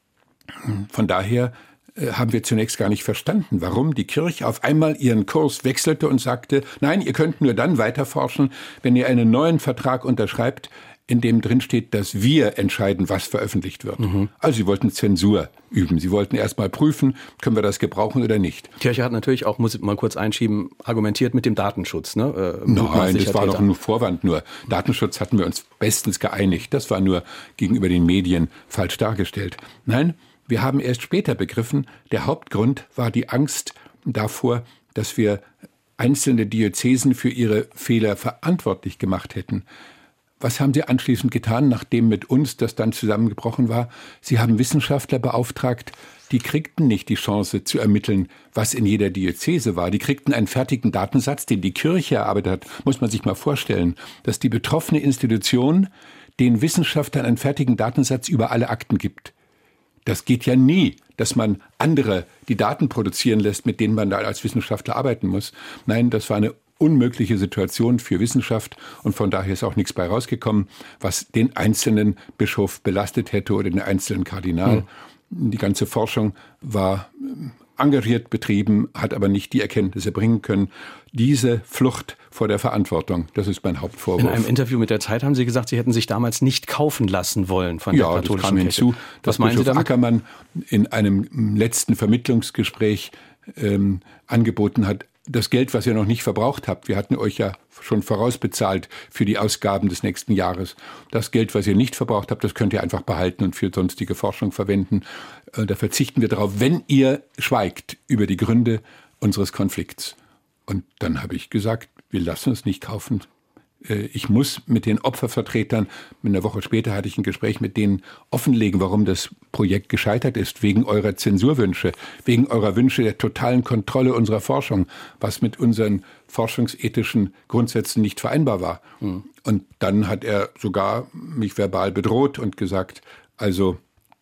von daher äh, haben wir zunächst gar nicht verstanden, warum die Kirche auf einmal ihren Kurs wechselte und sagte, nein, ihr könnt nur dann weiterforschen, wenn ihr einen neuen Vertrag unterschreibt, in dem drin steht, dass wir entscheiden, was veröffentlicht wird. Mhm. Also sie wollten Zensur üben. Sie wollten erst mal prüfen, können wir das gebrauchen oder nicht. Die Kirche hat natürlich auch, muss ich mal kurz einschieben, argumentiert mit dem Datenschutz. Ne? Äh, Nein, das war doch nur Vorwand. Nur Datenschutz hatten wir uns bestens geeinigt. Das war nur gegenüber den Medien falsch dargestellt. Nein, wir haben erst später begriffen, der Hauptgrund war die Angst davor, dass wir einzelne Diözesen für ihre Fehler verantwortlich gemacht hätten. Was haben Sie anschließend getan, nachdem mit uns das dann zusammengebrochen war? Sie haben Wissenschaftler beauftragt, die kriegten nicht die Chance zu ermitteln, was in jeder Diözese war. Die kriegten einen fertigen Datensatz, den die Kirche erarbeitet hat. Muss man sich mal vorstellen, dass die betroffene Institution den Wissenschaftlern einen fertigen Datensatz über alle Akten gibt. Das geht ja nie, dass man andere die Daten produzieren lässt, mit denen man da als Wissenschaftler arbeiten muss. Nein, das war eine unmögliche Situation für Wissenschaft und von daher ist auch nichts bei rausgekommen, was den einzelnen Bischof belastet hätte oder den einzelnen Kardinal. Mhm. Die ganze Forschung war engagiert betrieben, hat aber nicht die Erkenntnisse bringen können. Diese Flucht vor der Verantwortung, das ist mein Hauptvorwurf. In einem Interview mit der Zeit haben Sie gesagt, Sie hätten sich damals nicht kaufen lassen wollen von der ja, katholischen das kam Kirche. Hinzu, Was dass meinen Sie Bischof damit? Ackermann in einem letzten Vermittlungsgespräch ähm, angeboten hat, das Geld, was ihr noch nicht verbraucht habt, wir hatten euch ja schon vorausbezahlt für die Ausgaben des nächsten Jahres. Das Geld, was ihr nicht verbraucht habt, das könnt ihr einfach behalten und für sonstige Forschung verwenden. Da verzichten wir darauf, wenn ihr schweigt über die Gründe unseres Konflikts. Und dann habe ich gesagt, wir lassen es nicht kaufen. Ich muss mit den Opfervertretern, eine Woche später hatte ich ein Gespräch mit denen, offenlegen, warum das Projekt gescheitert ist, wegen eurer Zensurwünsche, wegen eurer Wünsche der totalen Kontrolle unserer Forschung, was mit unseren forschungsethischen Grundsätzen nicht vereinbar war. Mhm. Und dann hat er sogar mich verbal bedroht und gesagt, also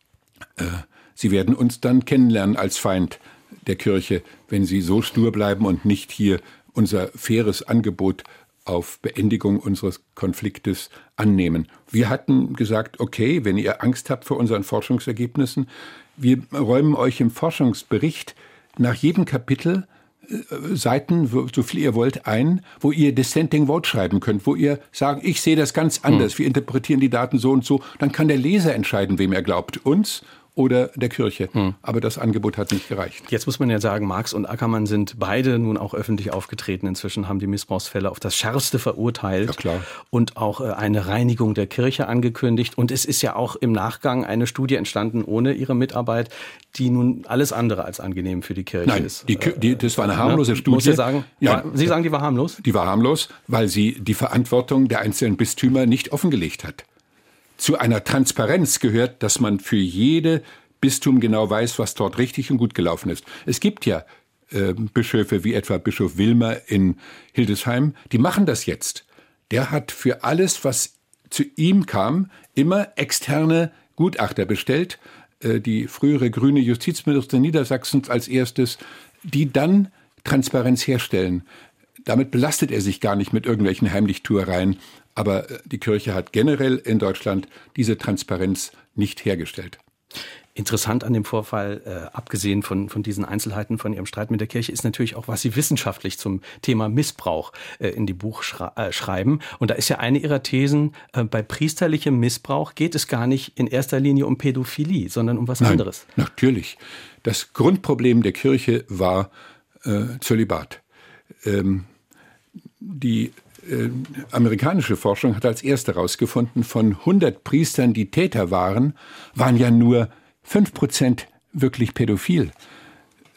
äh, Sie werden uns dann kennenlernen als Feind der Kirche, wenn Sie so stur bleiben und nicht hier unser faires Angebot auf Beendigung unseres Konfliktes annehmen. Wir hatten gesagt, okay, wenn ihr Angst habt vor unseren Forschungsergebnissen, wir räumen euch im Forschungsbericht nach jedem Kapitel äh, Seiten, wo, so viel ihr wollt, ein, wo ihr Dissenting Vote schreiben könnt, wo ihr sagt, ich sehe das ganz anders, hm. wir interpretieren die Daten so und so. Dann kann der Leser entscheiden, wem er glaubt, uns oder der Kirche. Hm. Aber das Angebot hat nicht gereicht. Jetzt muss man ja sagen, Marx und Ackermann sind beide nun auch öffentlich aufgetreten. Inzwischen haben die Missbrauchsfälle auf das Schärfste verurteilt. Ja, klar. Und auch eine Reinigung der Kirche angekündigt. Und es ist ja auch im Nachgang eine Studie entstanden ohne ihre Mitarbeit, die nun alles andere als angenehm für die Kirche Nein, ist. Die, die, das war eine harmlose ne? Studie. Muss ich sagen, ja, Sie sagen, die war harmlos? Die war harmlos, weil sie die Verantwortung der einzelnen Bistümer nicht offengelegt hat. Zu einer Transparenz gehört, dass man für jede Bistum genau weiß, was dort richtig und gut gelaufen ist. Es gibt ja äh, Bischöfe wie etwa Bischof Wilmer in Hildesheim, die machen das jetzt. Der hat für alles, was zu ihm kam, immer externe Gutachter bestellt. Äh, die frühere grüne Justizministerin Niedersachsens als erstes, die dann Transparenz herstellen. Damit belastet er sich gar nicht mit irgendwelchen Heimlichtuereien. Aber die Kirche hat generell in Deutschland diese Transparenz nicht hergestellt. Interessant an dem Vorfall, äh, abgesehen von, von diesen Einzelheiten von Ihrem Streit mit der Kirche, ist natürlich auch, was Sie wissenschaftlich zum Thema Missbrauch äh, in die Buch schra- äh, schreiben. Und da ist ja eine Ihrer Thesen, äh, bei priesterlichem Missbrauch geht es gar nicht in erster Linie um Pädophilie, sondern um was Nein, anderes. Natürlich. Das Grundproblem der Kirche war äh, Zölibat. Ähm, die äh, amerikanische Forschung hat als erste herausgefunden, von hundert Priestern, die Täter waren, waren ja nur fünf Prozent wirklich pädophil.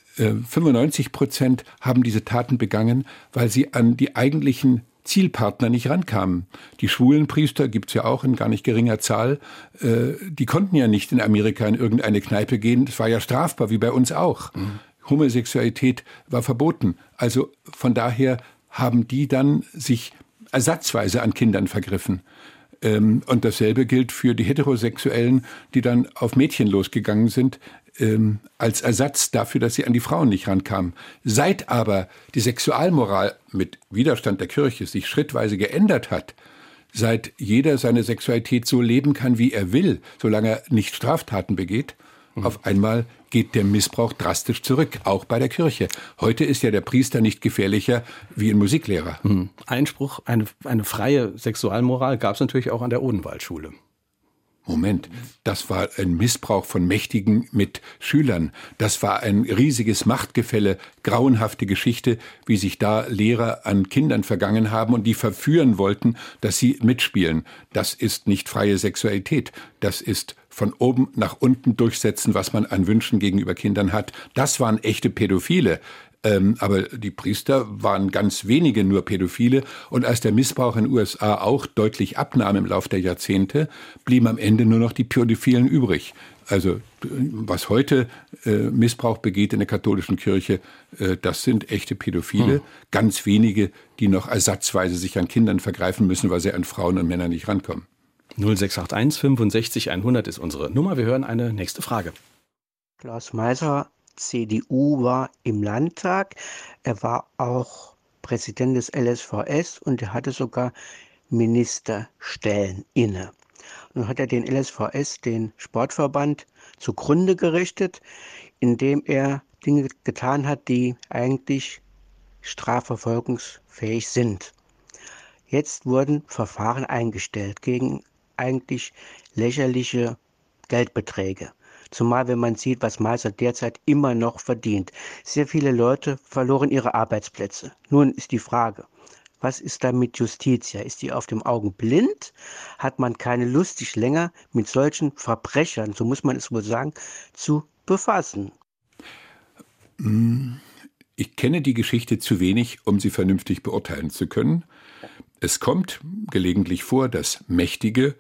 fünfundneunzig Prozent haben diese Taten begangen, weil sie an die eigentlichen Zielpartner nicht rankamen. Die schwulen Priester gibt's ja auch in gar nicht geringer Zahl. Äh, die konnten ja nicht in Amerika in irgendeine Kneipe gehen. Das war ja strafbar, wie bei uns auch. Mhm. Homosexualität war verboten. Also von daher haben die dann sich ersatzweise an Kindern vergriffen. Ähm, und dasselbe gilt für die Heterosexuellen, die dann auf Mädchen losgegangen sind, ähm, als Ersatz dafür, dass sie an die Frauen nicht rankamen. Seit aber die Sexualmoral mit Widerstand der Kirche sich schrittweise geändert hat, seit jeder seine Sexualität so leben kann, wie er will, solange er nicht Straftaten begeht, mhm. auf einmal geht der Missbrauch drastisch zurück, auch bei der Kirche. Heute ist ja der Priester nicht gefährlicher wie ein Musiklehrer. Mhm. Einspruch, eine, eine freie Sexualmoral gab es natürlich auch an der Odenwaldschule. Moment, das war ein Missbrauch von Mächtigen mit Schülern. Das war ein riesiges Machtgefälle, grauenhafte Geschichte, wie sich da Lehrer an Kindern vergangen haben und die verführen wollten, dass sie mitspielen. Das ist nicht freie Sexualität. Das ist von oben nach unten durchsetzen, was man an Wünschen gegenüber Kindern hat. Das waren echte Pädophile. Ähm, aber die Priester waren ganz wenige nur Pädophile. Und als der Missbrauch in den U S A auch deutlich abnahm im Laufe der Jahrzehnte, blieben am Ende nur noch die Pädophilen übrig. Also was heute äh, Missbrauch begeht in der katholischen Kirche, äh, das sind echte Pädophile. Hm. Ganz wenige, die noch ersatzweise sich an Kindern vergreifen müssen, weil sie an Frauen und Männer nicht rankommen. null sechs acht eins fünfundsechzig hundert ist unsere Nummer. Wir hören eine nächste Frage. Klaus Meiser, C D U, war im Landtag. Er war auch Präsident des L S V S und er hatte sogar Ministerstellen inne. Nun hat er den L S V S, den Sportverband, zugrunde gerichtet, indem er Dinge getan hat, die eigentlich strafverfolgungsfähig sind. Jetzt wurden Verfahren eingestellt gegen eigentlich lächerliche Geldbeträge. Zumal, wenn man sieht, was Meiser derzeit immer noch verdient. Sehr viele Leute verloren ihre Arbeitsplätze. Nun ist die Frage, was ist da mit Justitia? Ist die auf dem Augen blind? Hat man keine Lust, sich länger mit solchen Verbrechern, so muss man es wohl sagen, zu befassen? Ich kenne die Geschichte zu wenig, um sie vernünftig beurteilen zu können. Es kommt gelegentlich vor, dass Mächtige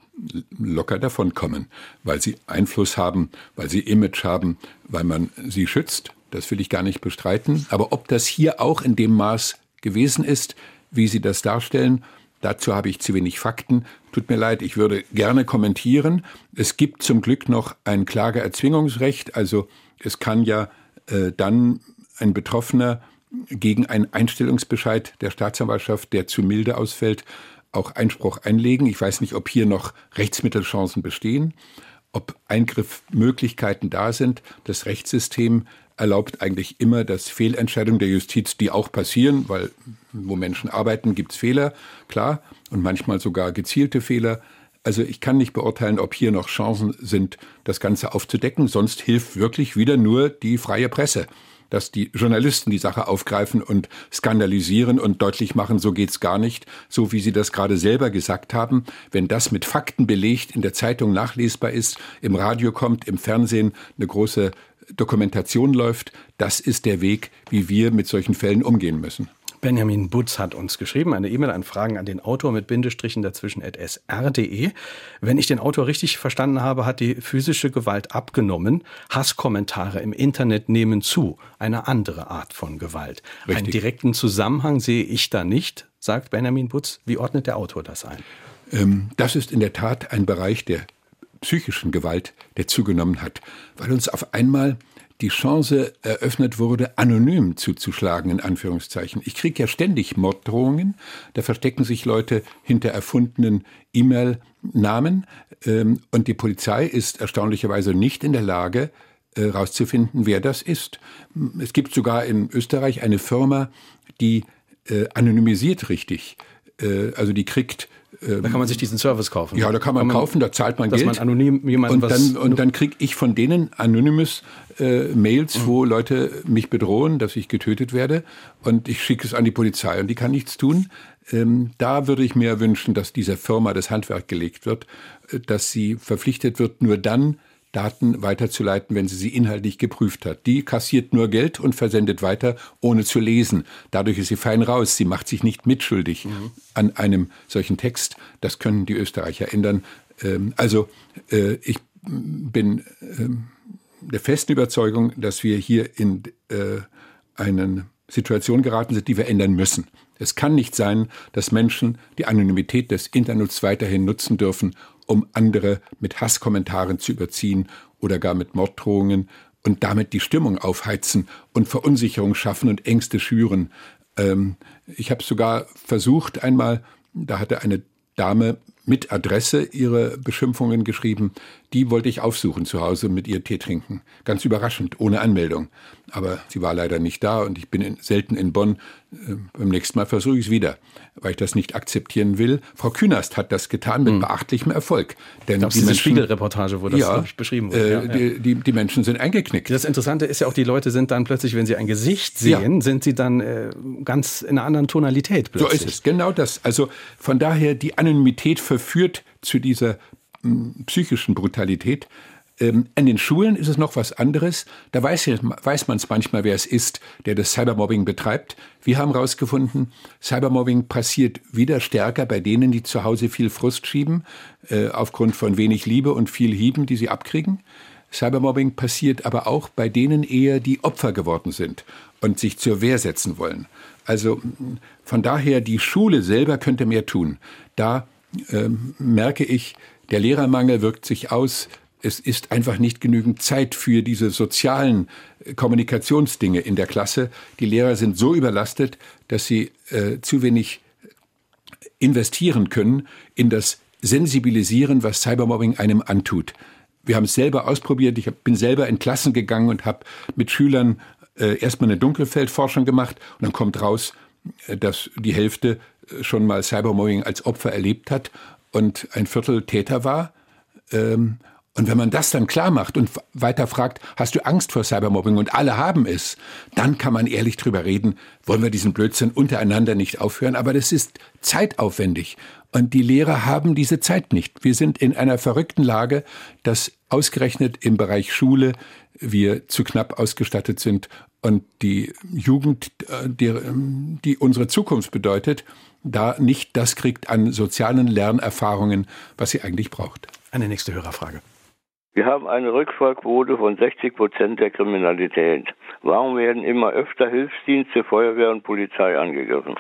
locker davonkommen, weil sie Einfluss haben, weil sie Image haben, weil man sie schützt. Das will ich gar nicht bestreiten. Aber ob das hier auch in dem Maß gewesen ist, wie Sie das darstellen, dazu habe ich zu wenig Fakten. Tut mir leid, ich würde gerne kommentieren. Es gibt zum Glück noch ein Klageerzwingungsrecht. Also es kann ja äh, dann ein Betroffener gegen einen Einstellungsbescheid der Staatsanwaltschaft, der zu milde ausfällt, auch Einspruch einlegen. Ich weiß nicht, ob hier noch Rechtsmittelchancen bestehen, ob Eingriffmöglichkeiten da sind. Das Rechtssystem erlaubt eigentlich immer, dass Fehlentscheidungen der Justiz, die auch passieren, weil wo Menschen arbeiten, gibt's Fehler, klar, und manchmal sogar gezielte Fehler. Also ich kann nicht beurteilen, ob hier noch Chancen sind, das Ganze aufzudecken. Sonst hilft wirklich wieder nur die freie Presse, dass die Journalisten die Sache aufgreifen und skandalisieren und deutlich machen, so geht's gar nicht, so wie Sie das gerade selber gesagt haben. Wenn das mit Fakten belegt, in der Zeitung nachlesbar ist, im Radio kommt, im Fernsehen eine große Dokumentation läuft, das ist der Weg, wie wir mit solchen Fällen umgehen müssen. Benjamin Butz hat uns geschrieben, eine E-Mail an Fragen an den Autor mit Bindestrichen dazwischen at s r punkt d e. Wenn ich den Autor richtig verstanden habe, hat die physische Gewalt abgenommen. Hasskommentare im Internet nehmen zu. Eine andere Art von Gewalt. Richtig. Einen direkten Zusammenhang sehe ich da nicht, sagt Benjamin Butz. Wie ordnet der Autor das ein? Ähm, das ist in der Tat ein Bereich der psychischen Gewalt, der zugenommen hat, weil uns auf einmal die Chance eröffnet wurde, anonym zuzuschlagen, in Anführungszeichen. Ich kriege ja ständig Morddrohungen. Da verstecken sich Leute hinter erfundenen E-Mail-Namen. Ähm, und die Polizei ist erstaunlicherweise nicht in der Lage, herauszufinden, äh, wer das ist. Es gibt sogar in Österreich eine Firma, die äh, anonymisiert richtig. Äh, also die kriegt... Da kann man sich diesen Service kaufen. Ja, da kann man, kann man kaufen, da zahlt man dass Geld. Dass man anonym jemanden und dann, und dann kriege ich von denen anonymous äh, Mails, mhm. wo Leute mich bedrohen, dass ich getötet werde. Und ich schicke es an die Polizei und die kann nichts tun. Ähm, da würde ich mir wünschen, dass dieser Firma das Handwerk gelegt wird, dass sie verpflichtet wird, nur dann Daten weiterzuleiten, wenn sie sie inhaltlich geprüft hat. Die kassiert nur Geld und versendet weiter, ohne zu lesen. Dadurch ist sie fein raus. Sie macht sich nicht mitschuldig mhm. an einem solchen Text. Das können die Österreicher ändern. Also ich bin der festen Überzeugung, dass wir hier in eine Situation geraten sind, die wir ändern müssen. Es kann nicht sein, dass Menschen die Anonymität des Internets weiterhin nutzen dürfen, um andere mit Hasskommentaren zu überziehen oder gar mit Morddrohungen und damit die Stimmung aufheizen und Verunsicherung schaffen und Ängste schüren. Ähm, ich habe sogar versucht einmal, da hatte eine Dame mit Adresse ihre Beschimpfungen geschrieben, die wollte ich aufsuchen zu Hause und mit ihr Tee trinken. Ganz überraschend, ohne Anmeldung. Aber sie war leider nicht da und ich bin in, selten in Bonn. Äh, beim nächsten Mal versuche ich es wieder, weil ich das nicht akzeptieren will. Frau Künast hat das getan mit hm. beachtlichem Erfolg. Denn die diese Spiegelreportage, wo das ja, beschrieben wurde. Äh, ja, ja. Die, die, die Menschen sind eingeknickt. Das Interessante ist ja auch, die Leute sind dann plötzlich, wenn sie ein Gesicht sehen, ja. sind sie dann äh, ganz in einer anderen Tonalität plötzlich. So ist es, genau das. Also von daher, die Anonymität verführt zu dieser m, psychischen Brutalität. Ähm, an den Schulen ist es noch was anderes. Da weiß, weiß man es manchmal, wer es ist, der das Cybermobbing betreibt. Wir haben herausgefunden, Cybermobbing passiert wieder stärker bei denen, die zu Hause viel Frust schieben, äh, aufgrund von wenig Liebe und viel Hieben, die sie abkriegen. Cybermobbing passiert aber auch bei denen eher, die Opfer geworden sind und sich zur Wehr setzen wollen. Also von daher, die Schule selber könnte mehr tun. Da äh, merke ich, der Lehrermangel wirkt sich aus. Es ist einfach nicht genügend Zeit für diese sozialen Kommunikationsdinge in der Klasse. Die Lehrer sind so überlastet, dass sie äh, zu wenig investieren können in das Sensibilisieren, was Cybermobbing einem antut. Wir haben es selber ausprobiert. Ich bin selber in Klassen gegangen und habe mit Schülern äh, erstmal eine Dunkelfeldforschung gemacht. Und dann kommt raus, äh, dass die Hälfte schon mal Cybermobbing als Opfer erlebt hat und ein Viertel Täter war. Ähm, Und wenn man das dann klar macht und weiter fragt, hast du Angst vor Cybermobbing und alle haben es, dann kann man ehrlich drüber reden, wollen wir diesen Blödsinn untereinander nicht aufhören. Aber das ist zeitaufwendig und die Lehrer haben diese Zeit nicht. Wir sind in einer verrückten Lage, dass ausgerechnet im Bereich Schule wir zu knapp ausgestattet sind und die Jugend, die, die unsere Zukunft bedeutet, da nicht das kriegt an sozialen Lernerfahrungen, was sie eigentlich braucht. Eine nächste Hörerfrage. Wir haben eine Rückfallquote von sechzig Prozent der Kriminalität. Warum werden immer öfter Hilfsdienste, Feuerwehr und Polizei angegriffen?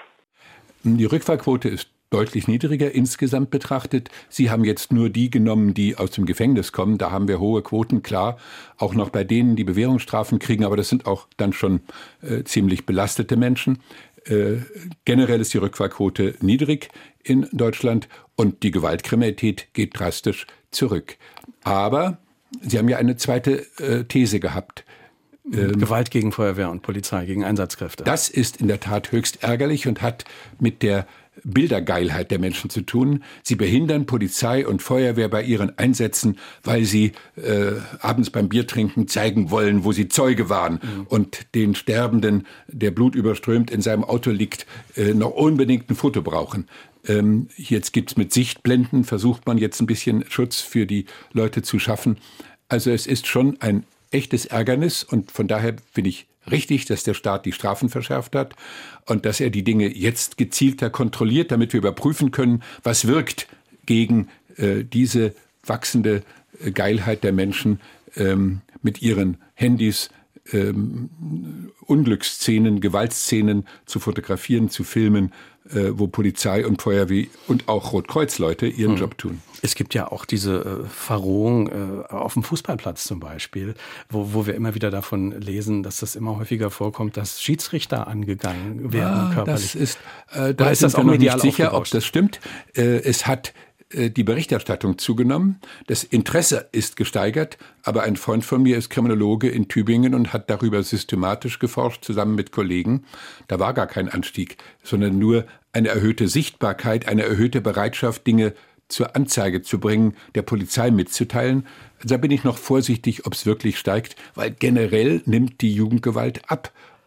Die Rückfallquote ist deutlich niedriger insgesamt betrachtet. Sie haben jetzt nur die genommen, die aus dem Gefängnis kommen. Da haben wir hohe Quoten, klar. Auch noch bei denen, die Bewährungsstrafen kriegen. Aber das sind auch dann schon äh, ziemlich belastete Menschen. Äh, generell ist die Rückfallquote niedrig in Deutschland und die Gewaltkriminalität geht drastisch zurück. Aber Sie haben ja eine zweite äh, These gehabt. Ähm, Gewalt gegen Feuerwehr und Polizei, gegen Einsatzkräfte. Das ist in der Tat höchst ärgerlich und hat mit der Bildergeilheit der Menschen zu tun. Sie behindern Polizei und Feuerwehr bei ihren Einsätzen, weil sie äh, abends beim Biertrinken zeigen wollen, wo sie Zeuge waren mhm. und den Sterbenden, der blutüberströmt in seinem Auto liegt, äh, noch unbedingt ein Foto brauchen. Ähm, jetzt gibt's mit Sichtblenden, versucht man jetzt ein bisschen Schutz für die Leute zu schaffen. Also es ist schon ein echtes Ärgernis und von daher finde ich richtig, dass der Staat die Strafen verschärft hat und dass er die Dinge jetzt gezielter kontrolliert, damit wir überprüfen können, was wirkt gegen äh, diese wachsende äh, Geilheit der Menschen ähm, mit ihren Handys, ähm, Unglücksszenen, Gewaltszenen zu fotografieren, zu filmen, äh, wo Polizei und Feuerwehr und auch Rotkreuzleute ihren hm. Job tun. Es gibt ja auch diese äh, Verrohung äh, auf dem Fußballplatz zum Beispiel, wo, wo wir immer wieder davon lesen, dass das immer häufiger vorkommt, dass Schiedsrichter angegangen werden ja, körperlich. Das ist, äh, da Oder ist das auch noch medial nicht sicher, ob das stimmt. Äh, es hat äh, die Berichterstattung zugenommen, das Interesse ist gesteigert, aber ein Freund von mir ist Kriminologe in Tübingen und hat darüber systematisch geforscht, zusammen mit Kollegen. Da war gar kein Anstieg, sondern nur eine erhöhte Sichtbarkeit, eine erhöhte Bereitschaft, Dinge zur Anzeige zu bringen, der Polizei mitzuteilen. Da bin ich noch vorsichtig, ob es wirklich steigt, weil generell nimmt die Jugendgewalt ab.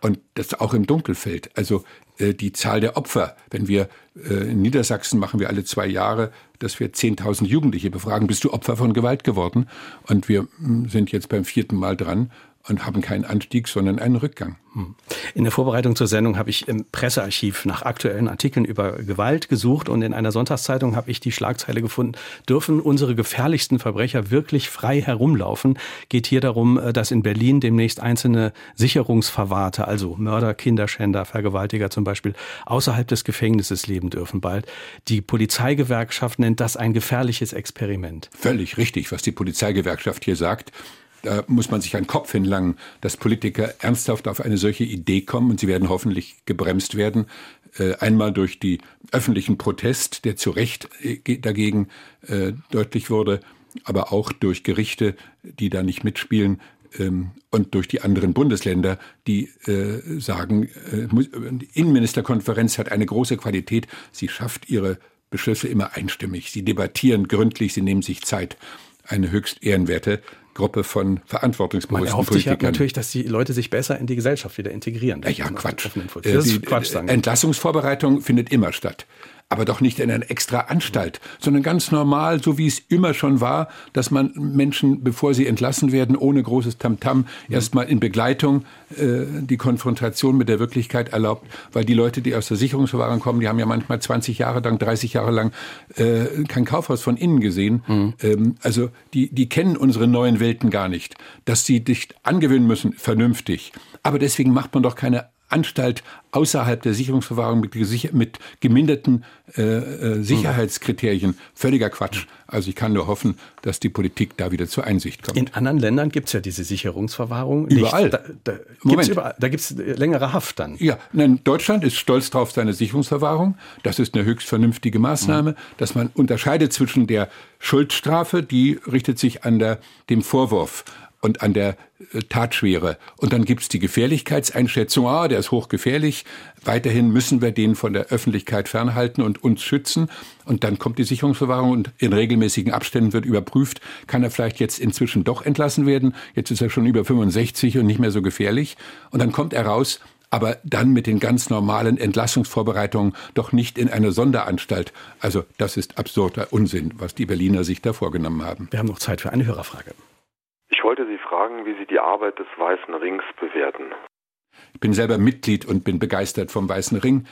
und das auch im Dunkelfeld. Also äh, die Zahl der Opfer, wenn wir äh, in Niedersachsen machen wir alle zwei Jahre, dass wir zehntausend Jugendliche befragen, bist du Opfer von Gewalt geworden? Und wir mh, sind jetzt beim vierten Mal dran und haben keinen Anstieg, sondern einen Rückgang. In der Vorbereitung zur Sendung habe ich im Pressearchiv nach aktuellen Artikeln über Gewalt gesucht und in einer Sonntagszeitung habe ich die Schlagzeile gefunden: Dürfen unsere gefährlichsten Verbrecher wirklich frei herumlaufen? Geht hier darum, dass in Berlin demnächst einzelne Sicherungsverwahrte, also Mörder, Kinderschänder, Vergewaltiger zum Beispiel, außerhalb des Gefängnisses leben dürfen bald. Die Polizeigewerkschaft nennt das ein gefährliches Experiment. Völlig richtig, was die Polizeigewerkschaft hier sagt. Da muss man sich einen Kopf hinlangen, dass Politiker ernsthaft auf eine solche Idee kommen, und sie werden hoffentlich gebremst werden. Äh, einmal durch die öffentlichen Protest, der zu Recht äh, dagegen äh, deutlich wurde, aber auch durch Gerichte, die da nicht mitspielen, ähm, und durch die anderen Bundesländer, die äh, sagen, äh, die Innenministerkonferenz hat eine große Qualität. Sie schafft ihre Beschlüsse immer einstimmig. Sie debattieren gründlich, sie nehmen sich Zeit. Eine höchst ehrenwerte Gruppe von verantwortungsbewussten Man erhofft Politikern. sich ja natürlich, dass die Leute sich besser in die Gesellschaft wieder integrieren. Ja, ja, Quatsch. Das ist die Quatsch, sagen wir. Entlassungsvorbereitung findet immer statt. Aber doch nicht in einer extra Anstalt, sondern ganz normal, so wie es immer schon war, dass man Menschen, bevor sie entlassen werden, ohne großes Tamtam, erstmal in Begleitung äh, die Konfrontation mit der Wirklichkeit erlaubt. Weil die Leute, die aus der Sicherungsverwahrung kommen, die haben ja manchmal zwanzig Jahre lang, dreißig Jahre lang äh, kein Kaufhaus von innen gesehen. Mhm. Ähm, also die, die kennen unsere neuen Welten gar nicht. Dass sie sich angewöhnen müssen, vernünftig. Aber deswegen macht man doch keine Anstalt außerhalb der Sicherungsverwahrung mit, mit geminderten äh, äh, Sicherheitskriterien. Völliger Quatsch. Also ich kann nur hoffen, dass die Politik da wieder zur Einsicht kommt. In anderen Ländern gibt es ja diese Sicherungsverwahrung. Überall. Nicht. Da, da gibt's überall. Da gibt es längere Haft dann. Ja, nein, Deutschland ist stolz drauf seine Sicherungsverwahrung. Das ist eine höchst vernünftige Maßnahme, mhm. dass man unterscheidet zwischen der Schuldstrafe, die richtet sich an der, dem Vorwurf und an der äh, Tatschwere. Und dann gibt's die Gefährlichkeitseinschätzung, ah, der ist hochgefährlich, weiterhin müssen wir den von der Öffentlichkeit fernhalten und uns schützen. Und dann kommt die Sicherungsverwahrung und in regelmäßigen Abständen wird überprüft, kann er vielleicht jetzt inzwischen doch entlassen werden. Jetzt ist er schon über fünfundsechzig und nicht mehr so gefährlich. Und dann kommt er raus, aber dann mit den ganz normalen Entlassungsvorbereitungen, doch nicht in einer Sonderanstalt. Also das ist absurder Unsinn, was die Berliner sich da vorgenommen haben. Wir haben noch Zeit für eine Hörerfrage. Ich wollte Sie fragen, wie Sie die Arbeit des Weißen Rings bewerten. Ich bin selber Mitglied und bin begeistert vom Weißen Ring.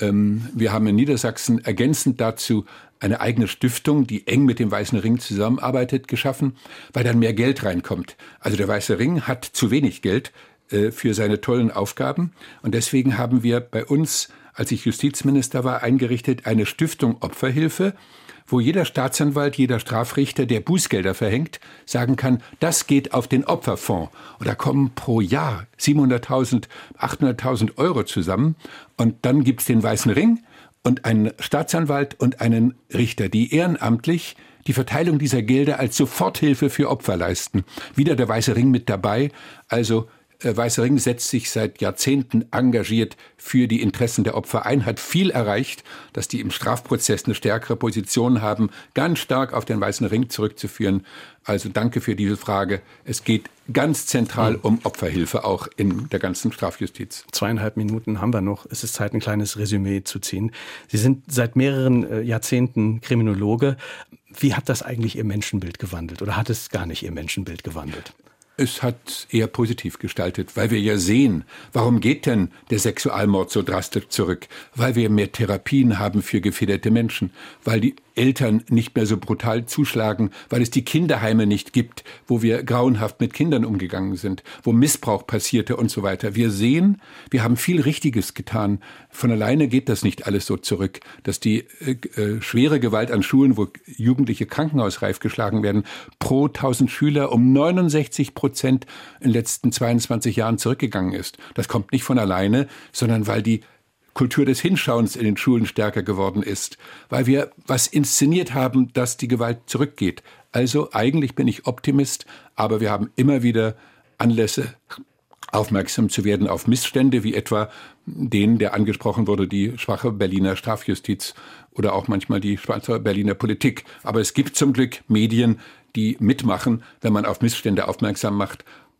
Wir haben in Niedersachsen ergänzend dazu eine eigene Stiftung, die eng mit dem Weißen Ring zusammenarbeitet, geschaffen, weil dann mehr Geld reinkommt. Also der Weiße Ring hat zu wenig Geld für seine tollen Aufgaben. Und deswegen haben wir bei uns, als ich Justizminister war, eingerichtet eine Stiftung Opferhilfe, wo jeder Staatsanwalt, jeder Strafrichter, der Bußgelder verhängt, sagen kann, das geht auf den Opferfonds. Und da kommen pro Jahr siebenhunderttausend, achthunderttausend Euro zusammen. Und dann gibt's den Weißen Ring und einen Staatsanwalt und einen Richter, die ehrenamtlich die Verteilung dieser Gelder als Soforthilfe für Opfer leisten. Wieder der Weiße Ring mit dabei. Also Weiße Ring setzt sich seit Jahrzehnten engagiert für die Interessen der Opfer ein, hat viel erreicht, dass die im Strafprozess eine stärkere Position haben, ganz stark auf den Weißen Ring zurückzuführen. Also danke für diese Frage. Es geht ganz zentral um Opferhilfe, auch in der ganzen Strafjustiz. Zweieinhalb Minuten haben wir noch. Es ist Zeit, ein kleines Resümee zu ziehen. Sie sind seit mehreren Jahrzehnten Kriminologe. Wie hat das eigentlich Ihr Menschenbild gewandelt oder hat es gar nicht Ihr Menschenbild gewandelt? Es hat eher positiv gestaltet, weil wir ja sehen, warum geht denn der Sexualmord so drastisch zurück? Weil wir mehr Therapien haben für gefährdete Menschen, weil die Eltern nicht mehr so brutal zuschlagen, weil es die Kinderheime nicht gibt, wo wir grauenhaft mit Kindern umgegangen sind, wo Missbrauch passierte und so weiter. Wir sehen, wir haben viel Richtiges getan. Von alleine geht das nicht alles so zurück, dass die äh, schwere Gewalt an Schulen, wo Jugendliche krankenhausreif geschlagen werden, pro tausend Schüler um neunundsechzig Prozent in den letzten zweiundzwanzig Jahren zurückgegangen ist. Das kommt nicht von alleine, sondern weil die Kultur des Hinschauens in den Schulen stärker geworden ist, weil wir was inszeniert haben, dass die Gewalt zurückgeht. Also eigentlich bin ich Optimist, aber wir haben immer wieder Anlässe, aufmerksam zu werden auf Missstände, wie etwa den, der angesprochen wurde, die schwache Berliner Strafjustiz oder auch manchmal die schwache Berliner Politik. Aber es gibt zum Glück Medien, die mitmachen, wenn man auf Missstände aufmerksam macht.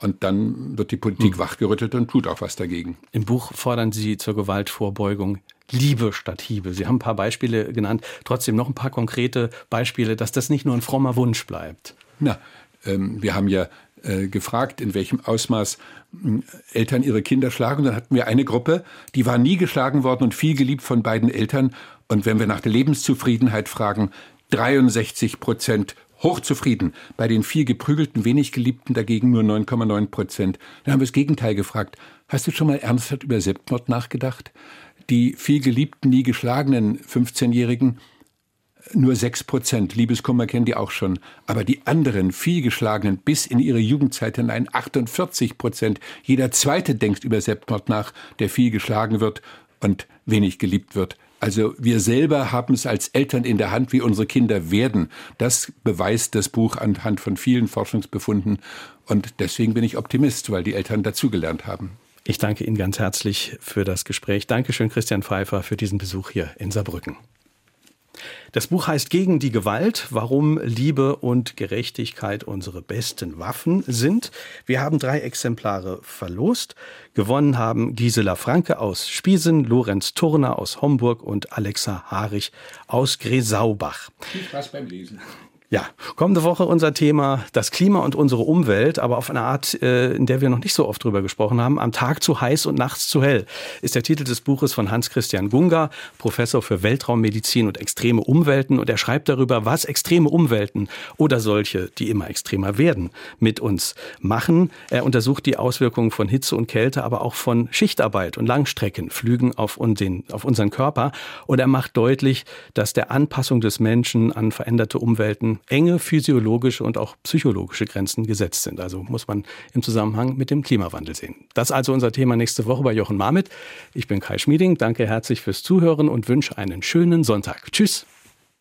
Und dann wird die Politik hm. wachgerüttelt und tut auch was dagegen. Im Buch fordern Sie zur Gewaltvorbeugung Liebe statt Hiebe. Sie haben ein paar Beispiele genannt. Trotzdem noch ein paar konkrete Beispiele, dass das nicht nur ein frommer Wunsch bleibt. Na, ähm, wir haben ja äh, gefragt, in welchem Ausmaß äh, Eltern ihre Kinder schlagen. Und dann hatten wir eine Gruppe, die war nie geschlagen worden und viel geliebt von beiden Eltern. Und wenn wir nach der Lebenszufriedenheit fragen, dreiundsechzig Prozent hochzufrieden. Bei den viel geprügelten, wenig Geliebten dagegen nur neun Komma neun Prozent. Dann haben wir das Gegenteil gefragt. Hast du schon mal ernsthaft über Selbstmord nachgedacht? Die viel geliebten, nie geschlagenen fünfzehnjährigen, nur sechs Prozent. Liebeskummer kennen die auch schon. Aber die anderen, viel geschlagenen, bis in ihre Jugendzeit hinein, achtundvierzig Prozent. Jeder Zweite denkt über Selbstmord nach, der viel geschlagen wird und wenig geliebt wird. Also wir selber haben es als Eltern in der Hand, wie unsere Kinder werden. Das beweist das Buch anhand von vielen Forschungsbefunden. Und deswegen bin ich Optimist, weil die Eltern dazugelernt haben. Ich danke Ihnen ganz herzlich für das Gespräch. Dankeschön, Christian Pfeiffer, für diesen Besuch hier in Saarbrücken. Das Buch heißt Gegen die Gewalt, warum Liebe und Gerechtigkeit unsere besten Waffen sind. Wir haben drei Exemplare verlost. Gewonnen haben Gisela Franke aus Spiesen, Lorenz Turner aus Homburg und Alexa Harich aus Gresaubach. Viel Spaß beim Lesen. Ja, kommende Woche unser Thema das Klima und unsere Umwelt, aber auf eine Art, in der wir noch nicht so oft drüber gesprochen haben. Am Tag zu heiß und nachts zu hell ist der Titel des Buches von Hans-Christian Gunga, Professor für Weltraummedizin und extreme Umwelten. Und er schreibt darüber, was extreme Umwelten oder solche, die immer extremer werden, mit uns machen. Er untersucht die Auswirkungen von Hitze und Kälte, aber auch von Schichtarbeit und Langstreckenflügen auf unseren, auf unseren Körper. Und er macht deutlich, dass der Anpassung des Menschen an veränderte Umwelten enge physiologische und auch psychologische Grenzen gesetzt sind. Also muss man im Zusammenhang mit dem Klimawandel sehen. Das ist also unser Thema nächste Woche bei Jochen Marmit. Ich bin Kai Schmieding, danke herzlich fürs Zuhören und wünsche einen schönen Sonntag. Tschüss.